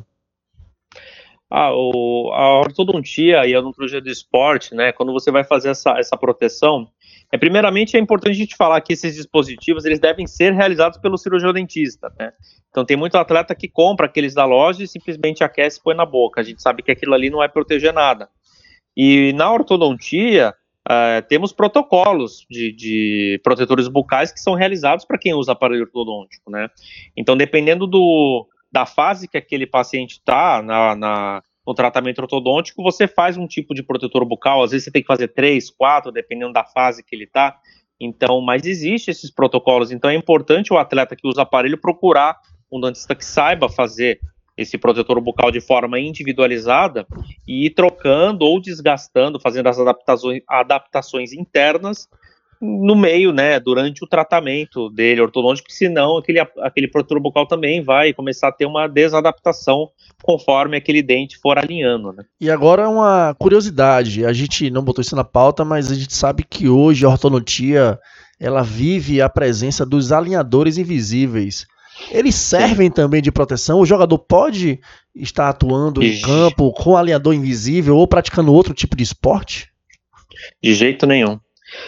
A ortodontia e a odontologia do esporte, né, quando você vai fazer essa proteção, primeiramente é importante a gente falar que esses dispositivos eles devem ser realizados pelo cirurgião dentista, né? Então tem muito atleta que compra aqueles da loja e simplesmente aquece e põe na boca. A gente sabe que aquilo ali não vai proteger nada. E na ortodontia temos protocolos de protetores bucais que são realizados para quem usa aparelho ortodôntico, né? Então dependendo da fase que aquele paciente está no tratamento ortodôntico, você faz um tipo de protetor bucal, às vezes você tem que fazer 3, 4, dependendo da fase que ele está. Então, mas existem esses protocolos, então é importante o atleta que usa aparelho procurar um dentista que saiba fazer esse protetor bucal de forma individualizada e ir trocando ou desgastando, fazendo as adaptações internas no meio, né, durante o tratamento dele ortodôntico, senão aquele protetor bucal também vai começar a ter uma desadaptação conforme aquele dente for alinhando, né. E agora uma curiosidade, a gente não botou isso na pauta, mas a gente sabe que hoje a ortodontia, ela vive a presença dos alinhadores invisíveis. Eles servem também de proteção? O jogador pode estar atuando em campo com alinhador invisível ou praticando outro tipo de esporte? De jeito nenhum.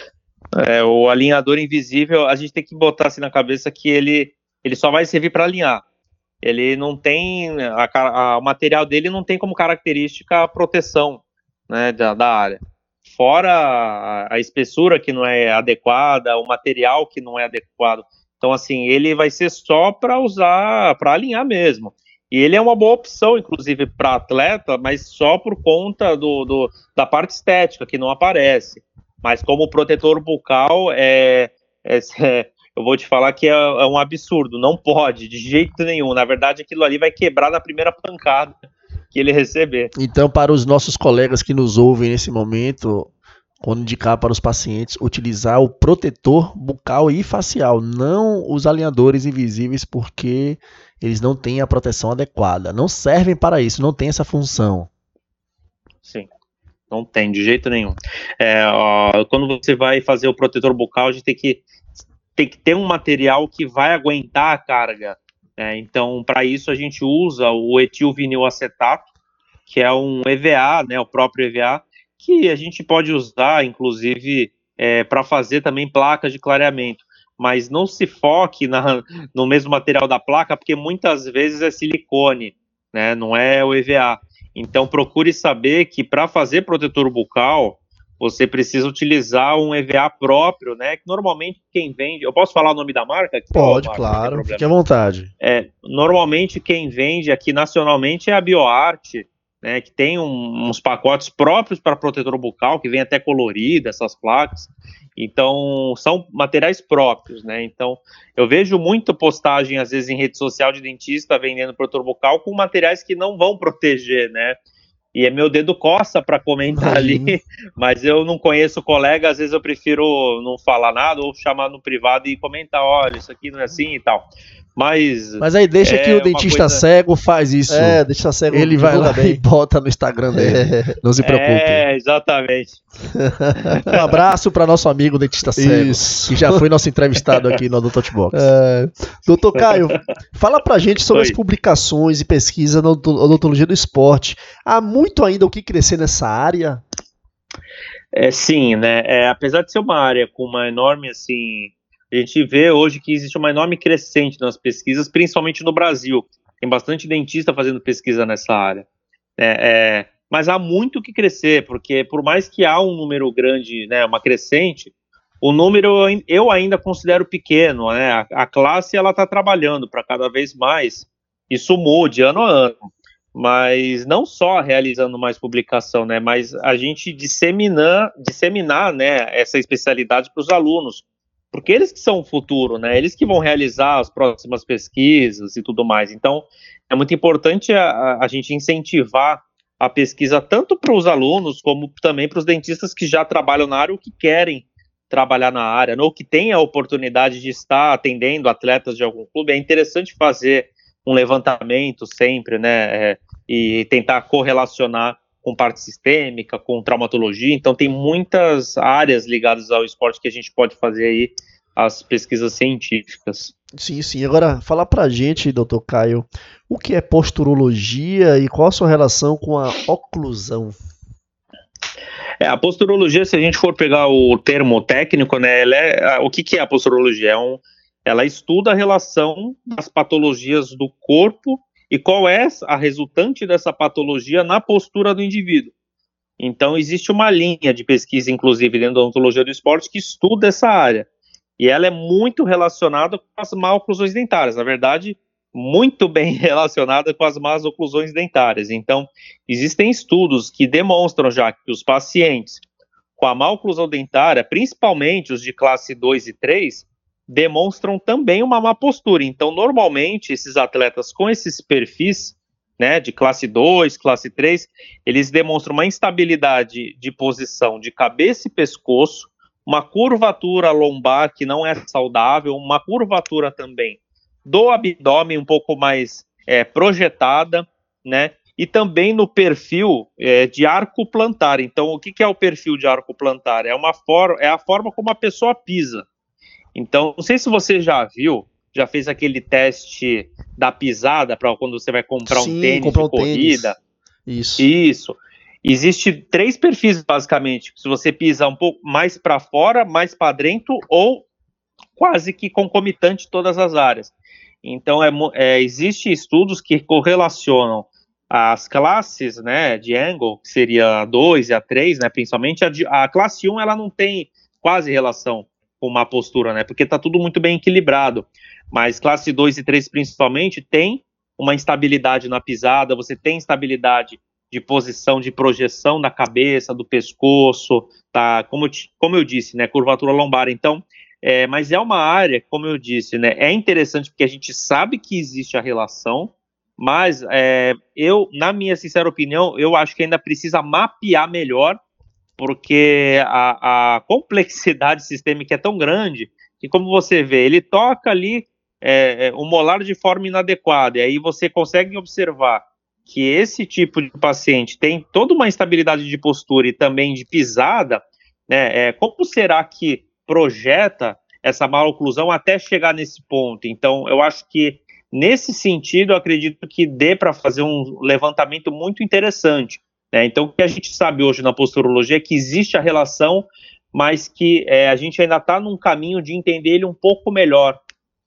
O alinhador invisível, a gente tem que botar assim na cabeça que ele só vai servir para alinhar. Ele não tem, o material dele não tem como característica a proteção, né, da área. Fora a espessura que não é adequada, o material que não é adequado. Então, assim, ele vai ser só para usar, para alinhar mesmo. E ele é uma boa opção, inclusive, para atleta, mas só por conta da parte estética, que não aparece. Mas como protetor bucal, eu vou te falar que é um absurdo, não pode, de jeito nenhum. Na verdade, aquilo ali vai quebrar na primeira pancada que ele receber. Então, para os nossos colegas que nos ouvem nesse momento, quando indicar para os pacientes utilizar o protetor bucal e facial, não os alinhadores invisíveis, porque eles não têm a proteção adequada. Não servem para isso, não tem essa função. Sim. Não tem, de jeito nenhum. Quando você vai fazer o protetor bucal, a gente tem que ter um material que vai aguentar a carga. Então, para isso, a gente usa o etilvinil acetato, que é um EVA, né, o próprio EVA, que a gente pode usar, inclusive, para fazer também placas de clareamento. Mas não se foque no mesmo material da placa, porque muitas vezes é silicone, né, não é o EVA. Então, procure saber que para fazer protetor bucal, você precisa utilizar um EVA próprio, né? Que normalmente quem vende... Eu posso falar o nome da marca? Pode, claro. Fique à vontade. Normalmente quem vende aqui nacionalmente é a BioArt, né? Que tem uns pacotes próprios para protetor bucal, que vem até colorido, essas placas. Então, são materiais próprios, né? Então, eu vejo muita postagem, às vezes, em rede social de dentista vendendo protetor bucal com materiais que não vão proteger, né? E meu dedo coça para comentar ali, mas eu não conheço o colega, às vezes eu prefiro não falar nada ou chamar no privado e comentar, olha, isso aqui não é assim e tal. Mas aí deixa que o dentista cego faz isso. Dentista cego. Ele vai lá e bota no Instagram dele. Não se preocupe. Exatamente. Um abraço para nosso amigo dentista cego, que já foi nosso entrevistado aqui no Odonto Box. Doutor Caio, fala pra gente sobre as publicações e pesquisas na odontologia do esporte. Há muito ainda o que crescer nessa área? Sim, né? Apesar de ser uma área com uma enorme, assim... A gente vê hoje que existe uma enorme crescente nas pesquisas, principalmente no Brasil. Tem bastante dentista fazendo pesquisa nessa área. Mas há muito que crescer, porque por mais que há um número grande, né, uma crescente, o número eu ainda considero pequeno, né? A classe ela está trabalhando para cada vez mais isso mude ano a ano. Mas não só realizando mais publicação, né, mas a gente disseminar, né, essa especialidade para os alunos. porque eles que são o futuro, né? Eles que vão realizar as próximas pesquisas e tudo mais. Então, é muito importante a gente incentivar a pesquisa tanto para os alunos, como também para os dentistas que já trabalham na área ou que querem trabalhar na área, né? Ou que têm a oportunidade de estar atendendo atletas de algum clube. É interessante fazer um levantamento sempre, né? E tentar correlacionar com parte sistêmica, com traumatologia. Então, tem muitas áreas ligadas ao esporte que a gente pode fazer aí as pesquisas científicas. Sim, sim. Agora, fala pra gente, doutor Caio, o que é posturologia e qual a sua relação com a oclusão? A posturologia, se a gente for pegar o termo técnico, né, o que é a posturologia? Ela estuda a relação das patologias do corpo e qual é a resultante dessa patologia na postura do indivíduo. Então, existe uma linha de pesquisa, inclusive, dentro da odontologia do esporte, que estuda essa área. E ela é muito relacionada com as maloclusões dentárias. Na verdade, muito bem relacionada com as más oclusões dentárias. Então, existem estudos que demonstram já que os pacientes com a má oclusão dentária, principalmente os de classe 2 e 3, demonstram também uma má postura. Então, normalmente, esses atletas com esses perfis, né, de classe 2, classe 3, eles demonstram uma instabilidade de posição de cabeça e pescoço, uma curvatura lombar que não é saudável, uma curvatura também do abdômen um pouco mais projetada, né, e também no perfil de arco plantar. Então, o que é o perfil de arco plantar? É a forma como a pessoa pisa. Então, não sei se você já viu, já fez aquele teste da pisada para quando você vai comprar um tênis de corrida. Isso. Existe 3 perfis, basicamente. Se você pisa um pouco mais para fora, mais para dentro ou quase que concomitante todas as áreas. Então, existe estudos que correlacionam as classes, né, de angle, que seria a 2 e a 3, né, principalmente. A classe 1, ela não tem quase relação com uma postura, né, porque está tudo muito bem equilibrado. Mas classe 2 e 3, principalmente, tem uma instabilidade na pisada, você tem instabilidade de posição, de projeção da cabeça, do pescoço, tá? Como eu disse, né, curvatura lombar. Então, mas é uma área, como eu disse, né, é interessante porque a gente sabe que existe a relação, mas na minha sincera opinião, eu acho que ainda precisa mapear melhor, porque a complexidade sistêmica é tão grande que, como você vê, ele toca ali o molar de forma inadequada, e aí você consegue observar que esse tipo de paciente tem toda uma instabilidade de postura e também de pisada, né? Como será que projeta essa maloclusão até chegar nesse ponto? Então, eu acho que nesse sentido, eu acredito que dê para fazer um levantamento muito interessante, né? Então, o que a gente sabe hoje na posturologia é que existe a relação, mas que a gente ainda está num caminho de entender ele um pouco melhor.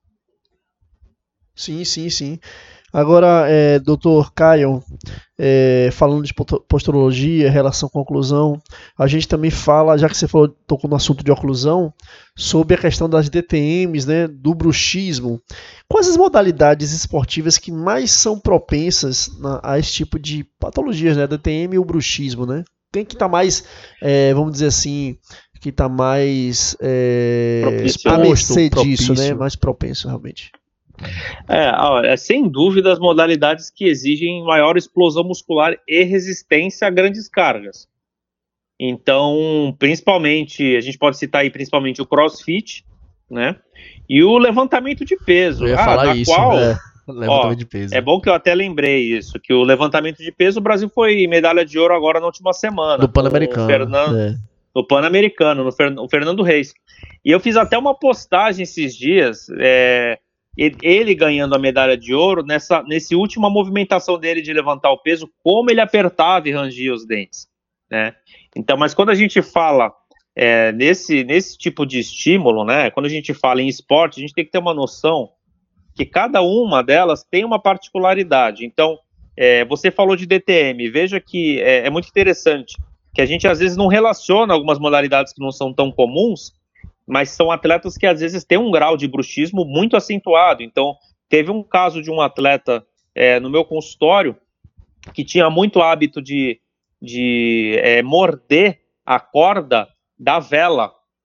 Sim, sim, sim. Agora, doutor Caio, falando de posturologia, relação com oclusão, a gente também fala, já que você tocou no assunto de oclusão, sobre a questão das DTMs, né, do bruxismo. Quais as modalidades esportivas que mais são propensas a esse tipo de patologias, né, DTM e o bruxismo, né? Quem que está mais, vamos dizer assim, que está mais à mercê disso, né, mais propenso realmente? Sem dúvida, as modalidades que exigem maior explosão muscular e resistência a grandes cargas. Então, principalmente, a gente pode citar aí principalmente o CrossFit, né? E o levantamento de peso. Eu ia falar isso, levantamento de peso. É bom que eu até lembrei isso, que o levantamento de peso, o Brasil foi medalha de ouro agora na última semana. Do Pan-Americano. No Pan-Americano, no Fernando Reis. E eu fiz até uma postagem esses dias, ele ganhando a medalha de ouro, nesse última movimentação dele de levantar o peso, como ele apertava e rangia os dentes, né? Então, mas quando a gente fala nesse tipo de estímulo, né? Quando a gente fala em esporte, a gente tem que ter uma noção que cada uma delas tem uma particularidade. Então, você falou de DTM, veja que é muito interessante, que a gente às vezes não relaciona algumas modalidades que não são tão comuns, mas são atletas que às vezes têm um grau de bruxismo muito acentuado. Então, teve um caso de um atleta no meu consultório que tinha muito hábito de morder a corda da vela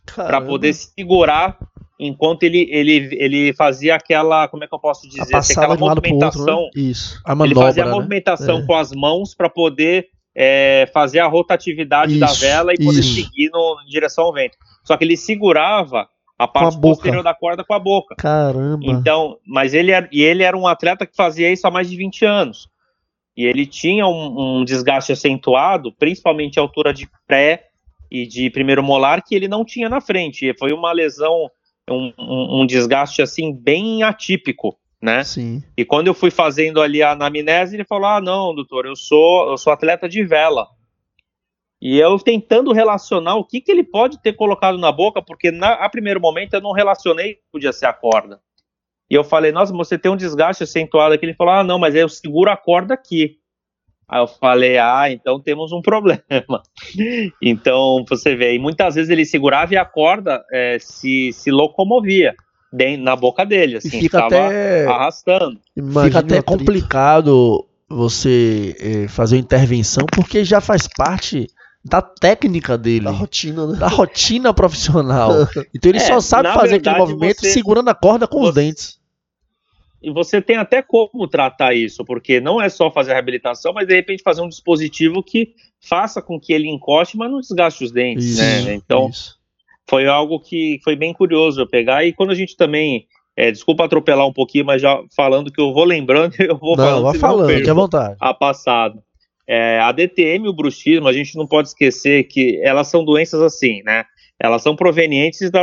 para poder segurar enquanto ele fazia aquela, como é que eu posso dizer, aquela movimentação. Outro, né? Isso. A manobra, ele fazia a movimentação, né? Com as mãos para poder fazer a rotatividade da vela e poder seguir em direção ao vento. Só que ele segurava a parte posterior da corda com a boca. Caramba! Então, mas ele era um atleta que fazia isso há mais de 20 anos. E ele tinha um desgaste acentuado, principalmente a altura de pré e de primeiro molar, que ele não tinha na frente. E foi uma lesão, um desgaste assim bem atípico, né? Sim. E quando eu fui fazendo ali a anamnese, ele falou: não, doutor, eu sou atleta de vela. E eu tentando relacionar o que ele pode ter colocado na boca, porque a primeiro momento eu não relacionei que podia ser a corda. E eu falei: nossa, você tem um desgaste acentuado aqui. Ele falou: não, mas eu seguro a corda aqui. Aí eu falei: então temos um problema. Então, você vê, e muitas vezes ele segurava e a corda se locomovia na boca dele, assim, e fica até arrastando. Fica até complicado você fazer uma intervenção, porque já faz parte da técnica dele. Da rotina, né? Da rotina profissional. Então ele só sabe fazer aquele movimento segurando a corda com os dentes. E você tem até como tratar isso, porque não é só fazer a reabilitação, mas de repente fazer um dispositivo que faça com que ele encoste, mas não desgaste os dentes, isso, né? Então, foi algo que foi bem curioso eu pegar. E quando a gente também, desculpa atropelar um pouquinho, mas já falando que eu vou lembrando, eu vou falando. Vai falando, fique à vontade. A passado. A DTM e o bruxismo, a gente não pode esquecer que elas são doenças assim, né? Elas são provenientes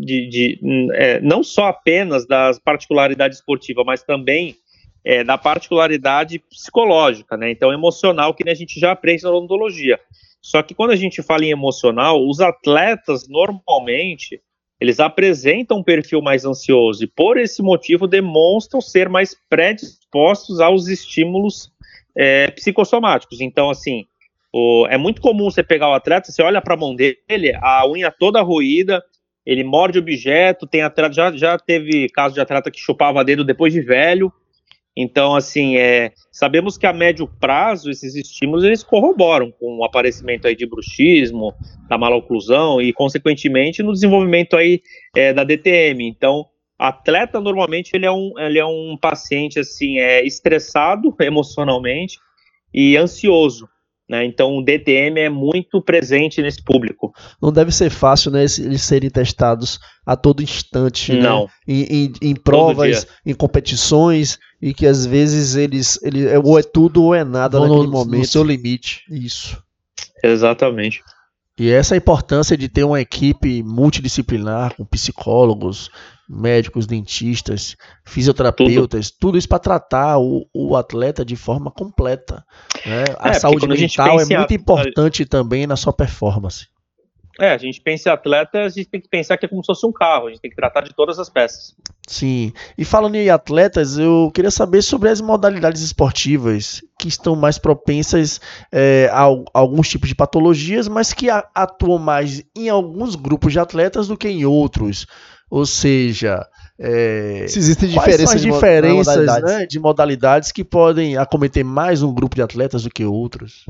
não só apenas das particularidades esportivas, mas também da particularidade psicológica, né? Então, emocional, que a gente já aprende na odontologia. Só que quando a gente fala em emocional, os atletas, normalmente, eles apresentam um perfil mais ansioso e, por esse motivo, demonstram ser mais predispostos aos estímulos psicossomáticos. Então, assim, é muito comum você pegar o atleta, você olha para a mão dele, a unha toda roída, ele morde objeto, tem atleta, já teve caso de atleta que chupava dedo depois de velho. Então, assim, sabemos que a médio prazo esses estímulos eles corroboram com o aparecimento aí de bruxismo, da maloclusão e, consequentemente, no desenvolvimento aí da DTM. Então, atleta normalmente ele é um paciente assim estressado emocionalmente e ansioso. Né? Então o DTM é muito presente nesse público. Não deve ser fácil, né, eles serem testados a todo instante, não. Né? Em provas, em competições, e que às vezes eles ou é tudo ou é nada naquele momento. No seu limite. Isso. Exatamente. E essa é a importância de ter uma equipe multidisciplinar, com psicólogos, médicos, dentistas, fisioterapeutas, tudo isso para tratar o atleta de forma completa. Né? A saúde mental é muito importante também na sua performance. A gente pensa em atleta, a gente tem que pensar que é como se fosse um carro, a gente tem que tratar de todas as peças. Sim, e falando em atletas, eu queria saber sobre as modalidades esportivas que estão mais propensas a alguns tipos de patologias, mas que atuam mais em alguns grupos de atletas do que em outros. Ou seja, se existem diferenças de modalidades que podem acometer mais um grupo de atletas do que outros.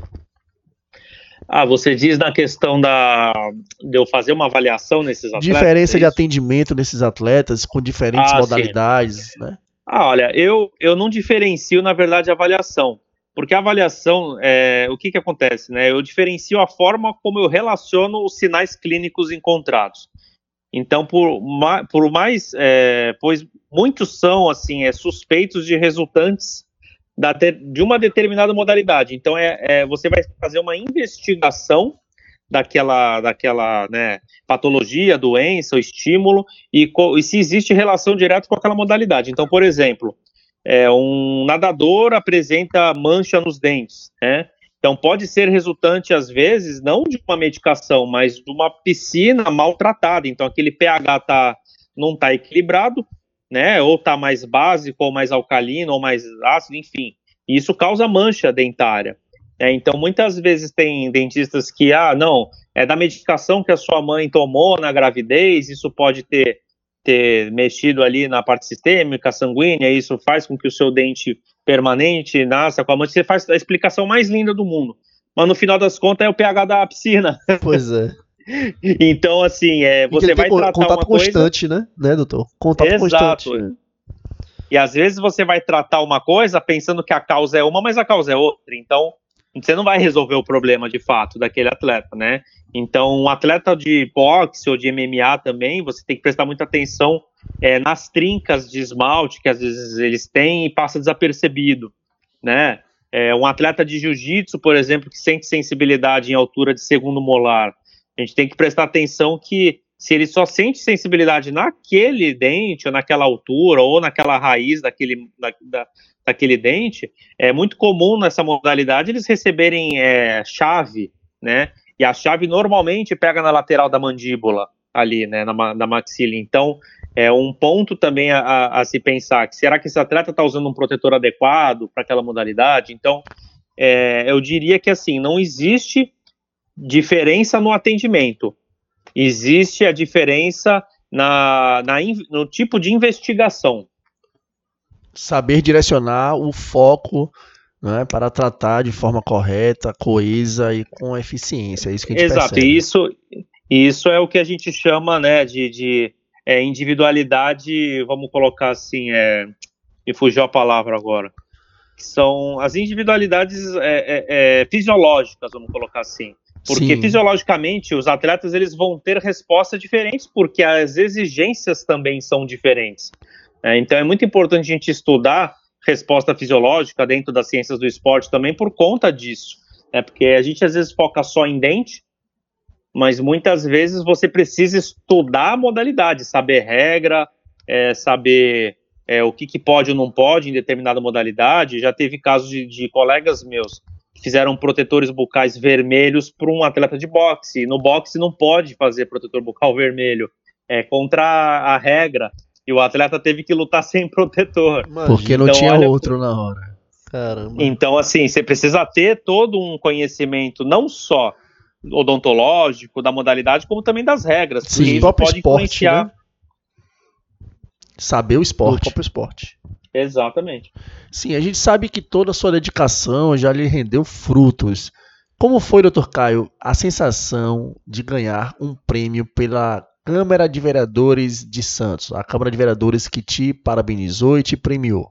Você diz na questão de eu fazer uma avaliação nesses atletas? Diferença de atendimento nesses atletas com diferentes modalidades, né? Olha, eu não diferencio, na verdade, a avaliação. Porque a avaliação, o que acontece, né? Eu diferencio a forma como eu relaciono os sinais clínicos encontrados. Então, pois muitos são, assim, suspeitos de resultantes de uma determinada modalidade. Então, você vai fazer uma investigação daquela né, patologia, doença, o estímulo, e se existe relação direta com aquela modalidade. Então, por exemplo, um nadador apresenta mancha nos dentes, né? Então, pode ser resultante, às vezes, não de uma medicação, mas de uma piscina maltratada. Então, aquele pH não está equilibrado, né? Ou está mais básico, ou mais alcalino, ou mais ácido, enfim. E isso causa mancha dentária. Então, muitas vezes tem dentistas que, não, é da medicação que a sua mãe tomou na gravidez, isso pode ter mexido ali na parte sistêmica, sanguínea, isso faz com que o seu dente permanente nasça com a mancha. Você faz a explicação mais linda do mundo. Mas no final das contas é o pH da piscina. Pois é. Então, assim, você vai tratar contato uma coisa... constante, né, doutor? Contato Exato. constante. E às vezes você vai tratar uma coisa pensando que a causa é uma, mas a causa é outra. Então, você não vai resolver o problema de fato daquele atleta, né? Então, um atleta de boxe ou de MMA também, você tem que prestar muita atenção nas trincas de esmalte que às vezes eles têm e passa desapercebido, né? Um atleta de jiu-jitsu, por exemplo, que sente sensibilidade em altura de segundo molar, a gente tem que prestar atenção que se ele só sente sensibilidade naquele dente, ou naquela altura, ou naquela raiz daquele dente, é muito comum nessa modalidade eles receberem chave, né? E a chave normalmente pega na lateral da mandíbula, ali, né? Na maxila. Então, é um ponto também a se pensar, que será que esse atleta está usando um protetor adequado para aquela modalidade? Então, eu diria que, assim, não existe diferença no atendimento. Existe a diferença no tipo de investigação. Saber direcionar o foco, né, para tratar de forma correta, coesa e com eficiência. É isso que a gente percebe. Exato, e isso é o que a gente chama, né, de individualidade, vamos colocar assim, me fugiu a palavra agora, que são as individualidades fisiológicas, vamos colocar assim. Porque fisiologicamente os atletas eles vão ter respostas diferentes porque as exigências também são diferentes. Então é muito importante a gente estudar resposta fisiológica dentro das ciências do esporte também por conta disso. Porque a gente às vezes foca só em dente, mas muitas vezes você precisa estudar a modalidade, saber regra, saber o que pode ou não pode em determinada modalidade. Já teve casos de colegas meus fizeram protetores bucais vermelhos para um atleta de boxe. No boxe não pode fazer protetor bucal vermelho. É contra a regra. E o atleta teve que lutar sem protetor. Porque não tinha outro na hora. Caramba. Então, assim, você precisa ter todo um conhecimento, não só odontológico, da modalidade, como também das regras. Sim, isso pode influenciar. Né? Saber o esporte. O próprio esporte. Exatamente. Sim, a gente sabe que toda a sua dedicação já lhe rendeu frutos. Como foi, Dr. Caio, a sensação de ganhar um prêmio pela Câmara de Vereadores de Santos, a Câmara de Vereadores que te parabenizou e te premiou?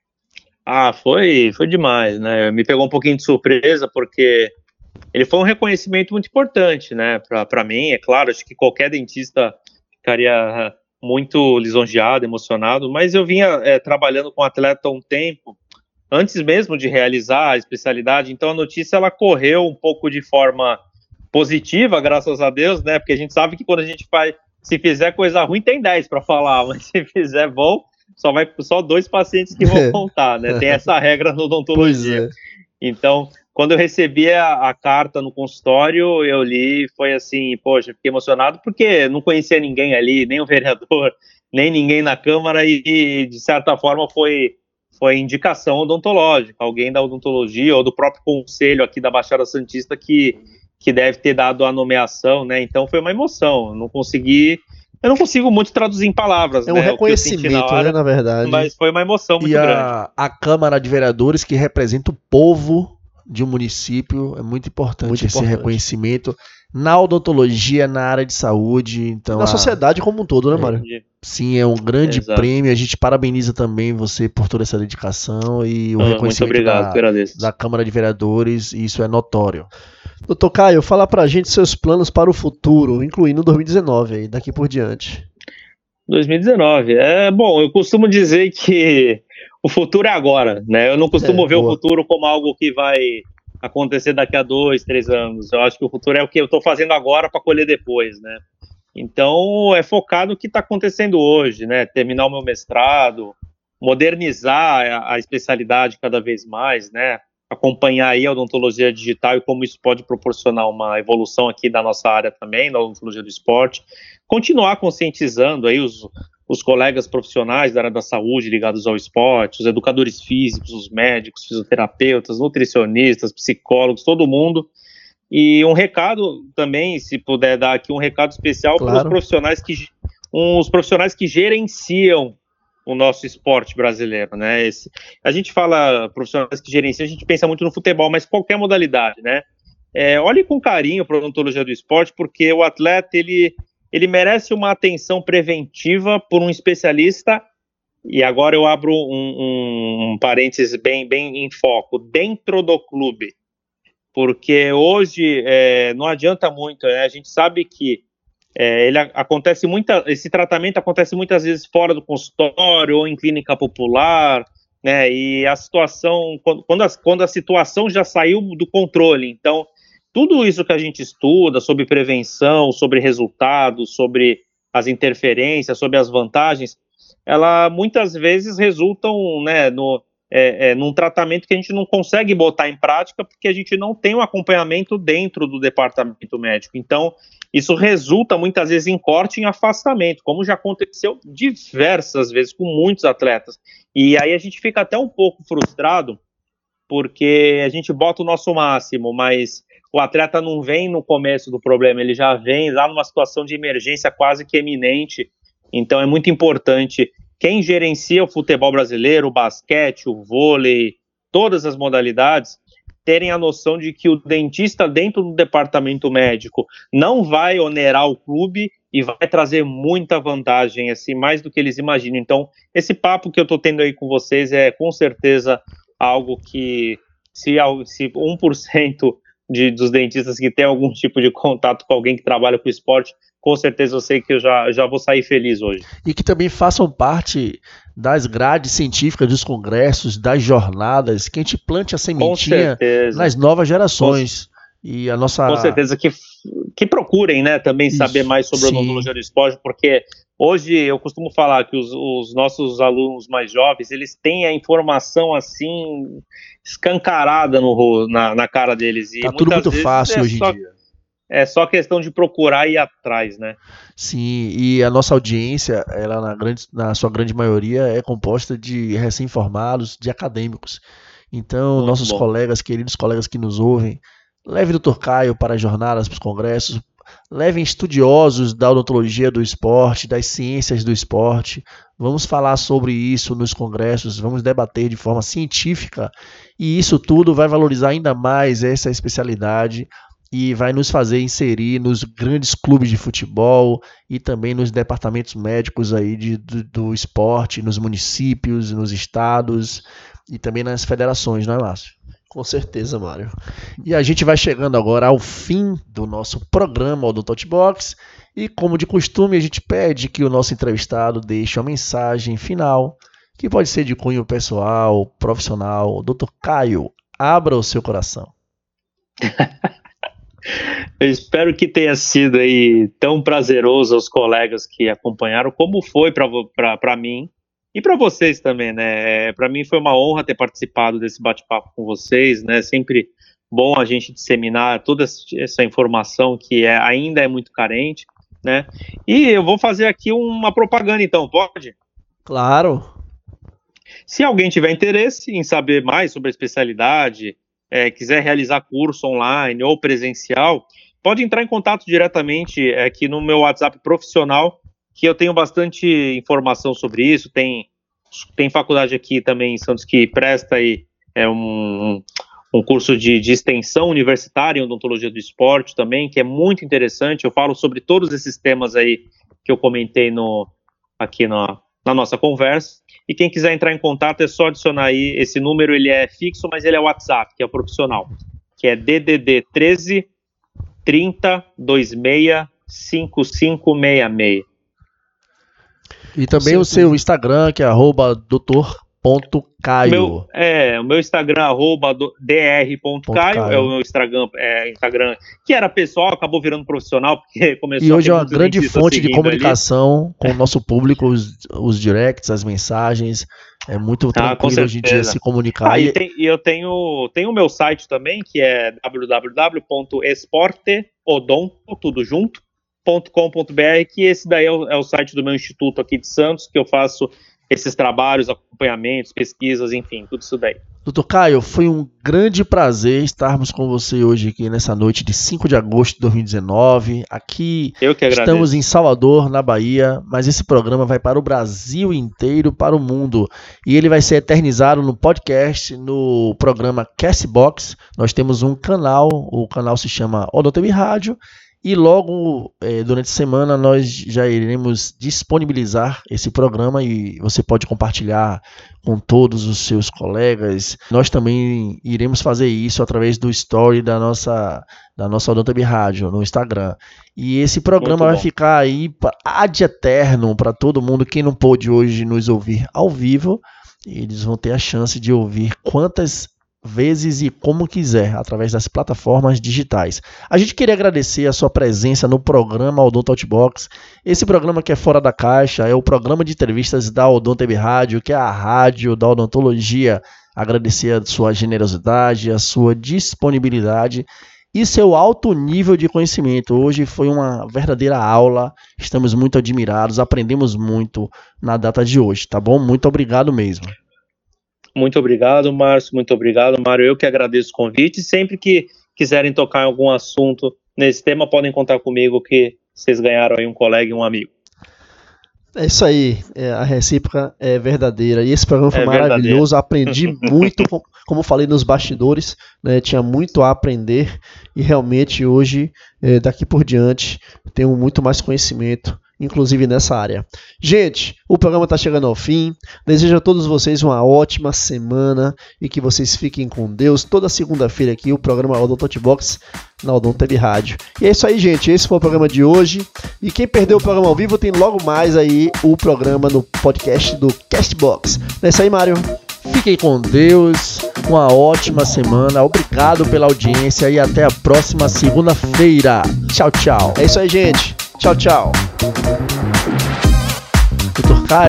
Foi demais, né? Me pegou um pouquinho de surpresa, porque ele foi um reconhecimento muito importante, né? Para mim, é claro, acho que qualquer dentista ficaria muito lisonjeado, emocionado, mas eu vinha trabalhando com atleta há um tempo, antes mesmo de realizar a especialidade, então a notícia ela correu um pouco de forma positiva, graças a Deus, né? Porque a gente sabe que quando a gente se fizer coisa ruim, tem 10 para falar, mas se fizer bom, só 2 pacientes que vão contar, né? Tem essa regra no odontologia. Então, quando eu recebi a carta no consultório, eu li, foi assim, poxa, fiquei emocionado, porque não conhecia ninguém ali, nem o vereador, nem ninguém na Câmara, e de certa forma foi indicação odontológica, alguém da odontologia ou do próprio conselho aqui da Baixada Santista que deve ter dado a nomeação, né? Então foi uma emoção, eu não consigo muito traduzir em palavras, né? É um reconhecimento, né, na verdade. Mas foi uma emoção muito grande. A Câmara de Vereadores, que representa o povo de um município, é muito importante esse reconhecimento na odontologia, na área de saúde. Então, na sociedade como um todo, né, Mário? Sim, é um grande prêmio. A gente parabeniza também você por toda essa dedicação e o reconhecimento da Câmara de Vereadores, e isso é notório. Doutor Caio, fala pra gente seus planos para o futuro, incluindo 2019, aí, daqui por diante. 2019, bom, eu costumo dizer que o futuro é agora, né? Eu não costumo ver o futuro como algo que vai acontecer daqui a 2, 3 anos. Eu acho que o futuro é o que eu estou fazendo agora para colher depois, né? Então, é focado no que está acontecendo hoje, né? Terminar o meu mestrado, modernizar a especialidade cada vez mais, né? Acompanhar aí a odontologia digital e como isso pode proporcionar uma evolução aqui da nossa área também, da odontologia do esporte. Continuar conscientizando aí os colegas profissionais da área da saúde ligados ao esporte, os educadores físicos, os médicos, fisioterapeutas, nutricionistas, psicólogos, todo mundo. E um recado também, se puder dar aqui um recado especial para os profissionais que gerenciam o nosso esporte brasileiro, né? A gente fala profissionais que gerenciam, a gente pensa muito no futebol, mas qualquer modalidade, né? olhe com carinho para a odontologia do esporte, porque o atleta ele merece uma atenção preventiva por um especialista. E agora eu abro um parênteses bem em foco, dentro do clube, porque hoje não adianta muito, né? A gente sabe que esse tratamento acontece muitas vezes fora do consultório ou em clínica popular, né? E a situação, quando a situação já saiu do controle, então tudo isso que a gente estuda sobre prevenção, sobre resultados, sobre as interferências, sobre as vantagens, ela muitas vezes resultam, né, num tratamento que a gente não consegue botar em prática porque a gente não tem um acompanhamento dentro do departamento médico. Então, isso resulta muitas vezes em corte e em afastamento, como já aconteceu diversas vezes com muitos atletas. E aí a gente fica até um pouco frustrado porque a gente bota o nosso máximo, mas o atleta não vem no começo do problema, ele já vem lá numa situação de emergência quase que eminente. Então é muito importante quem gerencia o futebol brasileiro, o basquete, o vôlei, todas as modalidades, terem a noção de que o dentista dentro do departamento médico não vai onerar o clube e vai trazer muita vantagem, assim, mais do que eles imaginam. Então, esse papo que eu estou tendo aí com vocês é com certeza algo que, se 1% dos dentistas que tem algum tipo de contato com alguém que trabalha com esporte, com certeza eu sei que eu já vou sair feliz hoje. E que também façam parte das grades científicas, dos congressos, das jornadas, que a gente plante a sementinha nas novas gerações. E a nossa... Com certeza, que procurem, né, também saber mais sobre a odontologia do esporte, porque hoje eu costumo falar que os nossos alunos mais jovens, eles têm a informação assim escancarada na cara deles. E tá tudo muito fácil hoje em dia. É só questão de procurar e ir atrás, né? Sim, e a nossa audiência, ela na sua grande maioria, é composta de recém-formados, de acadêmicos. Então, muito nossos colegas, queridos colegas que nos ouvem, leve o Dr. Caio para as jornadas, para os congressos, levem estudiosos da odontologia do esporte, das ciências do esporte. Vamos falar sobre isso nos congressos, vamos debater de forma científica, e isso tudo vai valorizar ainda mais essa especialidade e vai nos fazer inserir nos grandes clubes de futebol e também nos departamentos médicos aí do esporte, nos municípios, nos estados e também nas federações, não é, Márcio? Com certeza, Mário. E a gente vai chegando agora ao fim do nosso programa, o do Totbox, e como de costume a gente pede que o nosso entrevistado deixe uma mensagem final, que pode ser de cunho pessoal, profissional. Dr. Caio, abra o seu coração. Eu espero que tenha sido aí tão prazeroso aos colegas que acompanharam, como foi para mim e para vocês também, né? Para mim foi uma honra ter participado desse bate-papo com vocês, né? Sempre bom a gente disseminar toda essa informação que ainda é muito carente, né? E eu vou fazer aqui uma propaganda, então, pode? Claro. Se alguém tiver interesse em saber mais sobre a especialidade, quiser realizar curso online ou presencial, pode entrar em contato diretamente aqui no meu WhatsApp profissional, que eu tenho bastante informação sobre isso. Tem faculdade aqui também em Santos que presta aí um curso de extensão universitária em odontologia do esporte também, que é muito interessante. Eu falo sobre todos esses temas aí que eu comentei aqui na nossa conversa. E quem quiser entrar em contato é só adicionar aí, esse número ele é fixo, mas ele é WhatsApp, que é o profissional, que é DDD 13 30 26 5566. E também o seu Instagram, que é @doutor.caio. O meu Instagram, @dr.caio, é o meu Instagram, que era pessoal, acabou virando profissional, porque começou e hoje é uma grande fonte de comunicação com o nosso público, os directs, as mensagens. É muito tranquilo hoje em dia se comunicar. E eu tenho o meu site também, que é www.esporteodonto.com.br, que esse daí é o site do meu instituto aqui de Santos, que eu faço esses trabalhos, acompanhamentos, pesquisas, enfim, tudo isso daí. Doutor Caio, foi um grande prazer estarmos com você hoje aqui nessa noite de 5 de agosto de 2019. Aqui estamos em Salvador, na Bahia, mas esse programa vai para o Brasil inteiro, para o mundo. E ele vai ser eternizado no podcast, no programa Castbox. Nós temos um canal, o canal se chama Odonto Web Rádio. E logo, durante a semana, nós já iremos disponibilizar esse programa e você pode compartilhar com todos os seus colegas. Nós também iremos fazer isso através do story da nossa Odonto Web Rádio no Instagram. E esse programa vai ficar aí ad eterno para todo mundo. Quem não pôde hoje nos ouvir ao vivo, eles vão ter a chance de ouvir quantas vezes e como quiser, através das plataformas digitais. A gente queria agradecer a sua presença no programa Odonto Outbox. Esse programa que é fora da caixa, é o programa de entrevistas da Odonto Web Rádio, que é a rádio da odontologia. Agradecer a sua generosidade, a sua disponibilidade e seu alto nível de conhecimento. Hoje foi uma verdadeira aula, estamos muito admirados, aprendemos muito na data de hoje, tá bom? Muito obrigado mesmo. Muito obrigado, Márcio. Muito obrigado, Mário. Eu que agradeço o convite. Sempre que quiserem tocar em algum assunto nesse tema, podem contar comigo que vocês ganharam aí um colega e um amigo. É isso aí. A recíproca é verdadeira. E esse programa foi maravilhoso. Aprendi muito, como falei nos bastidores, né, tinha muito a aprender. E realmente hoje, daqui por diante, tenho muito mais conhecimento, inclusive nessa área. Gente, o programa está chegando ao fim. Desejo a todos vocês uma ótima semana e que vocês fiquem com Deus. Toda segunda-feira aqui o programa Odonto Outbox na Odonto Web Rádio. E é isso aí, gente. Esse foi o programa de hoje. E quem perdeu o programa ao vivo tem logo mais aí o programa no podcast do Castbox. Não é isso aí, Mário? Fiquem com Deus. Uma ótima semana. Obrigado pela audiência e até a próxima segunda-feira. Tchau, tchau. É isso aí, gente. Tchau, tchau. Dr. Caio.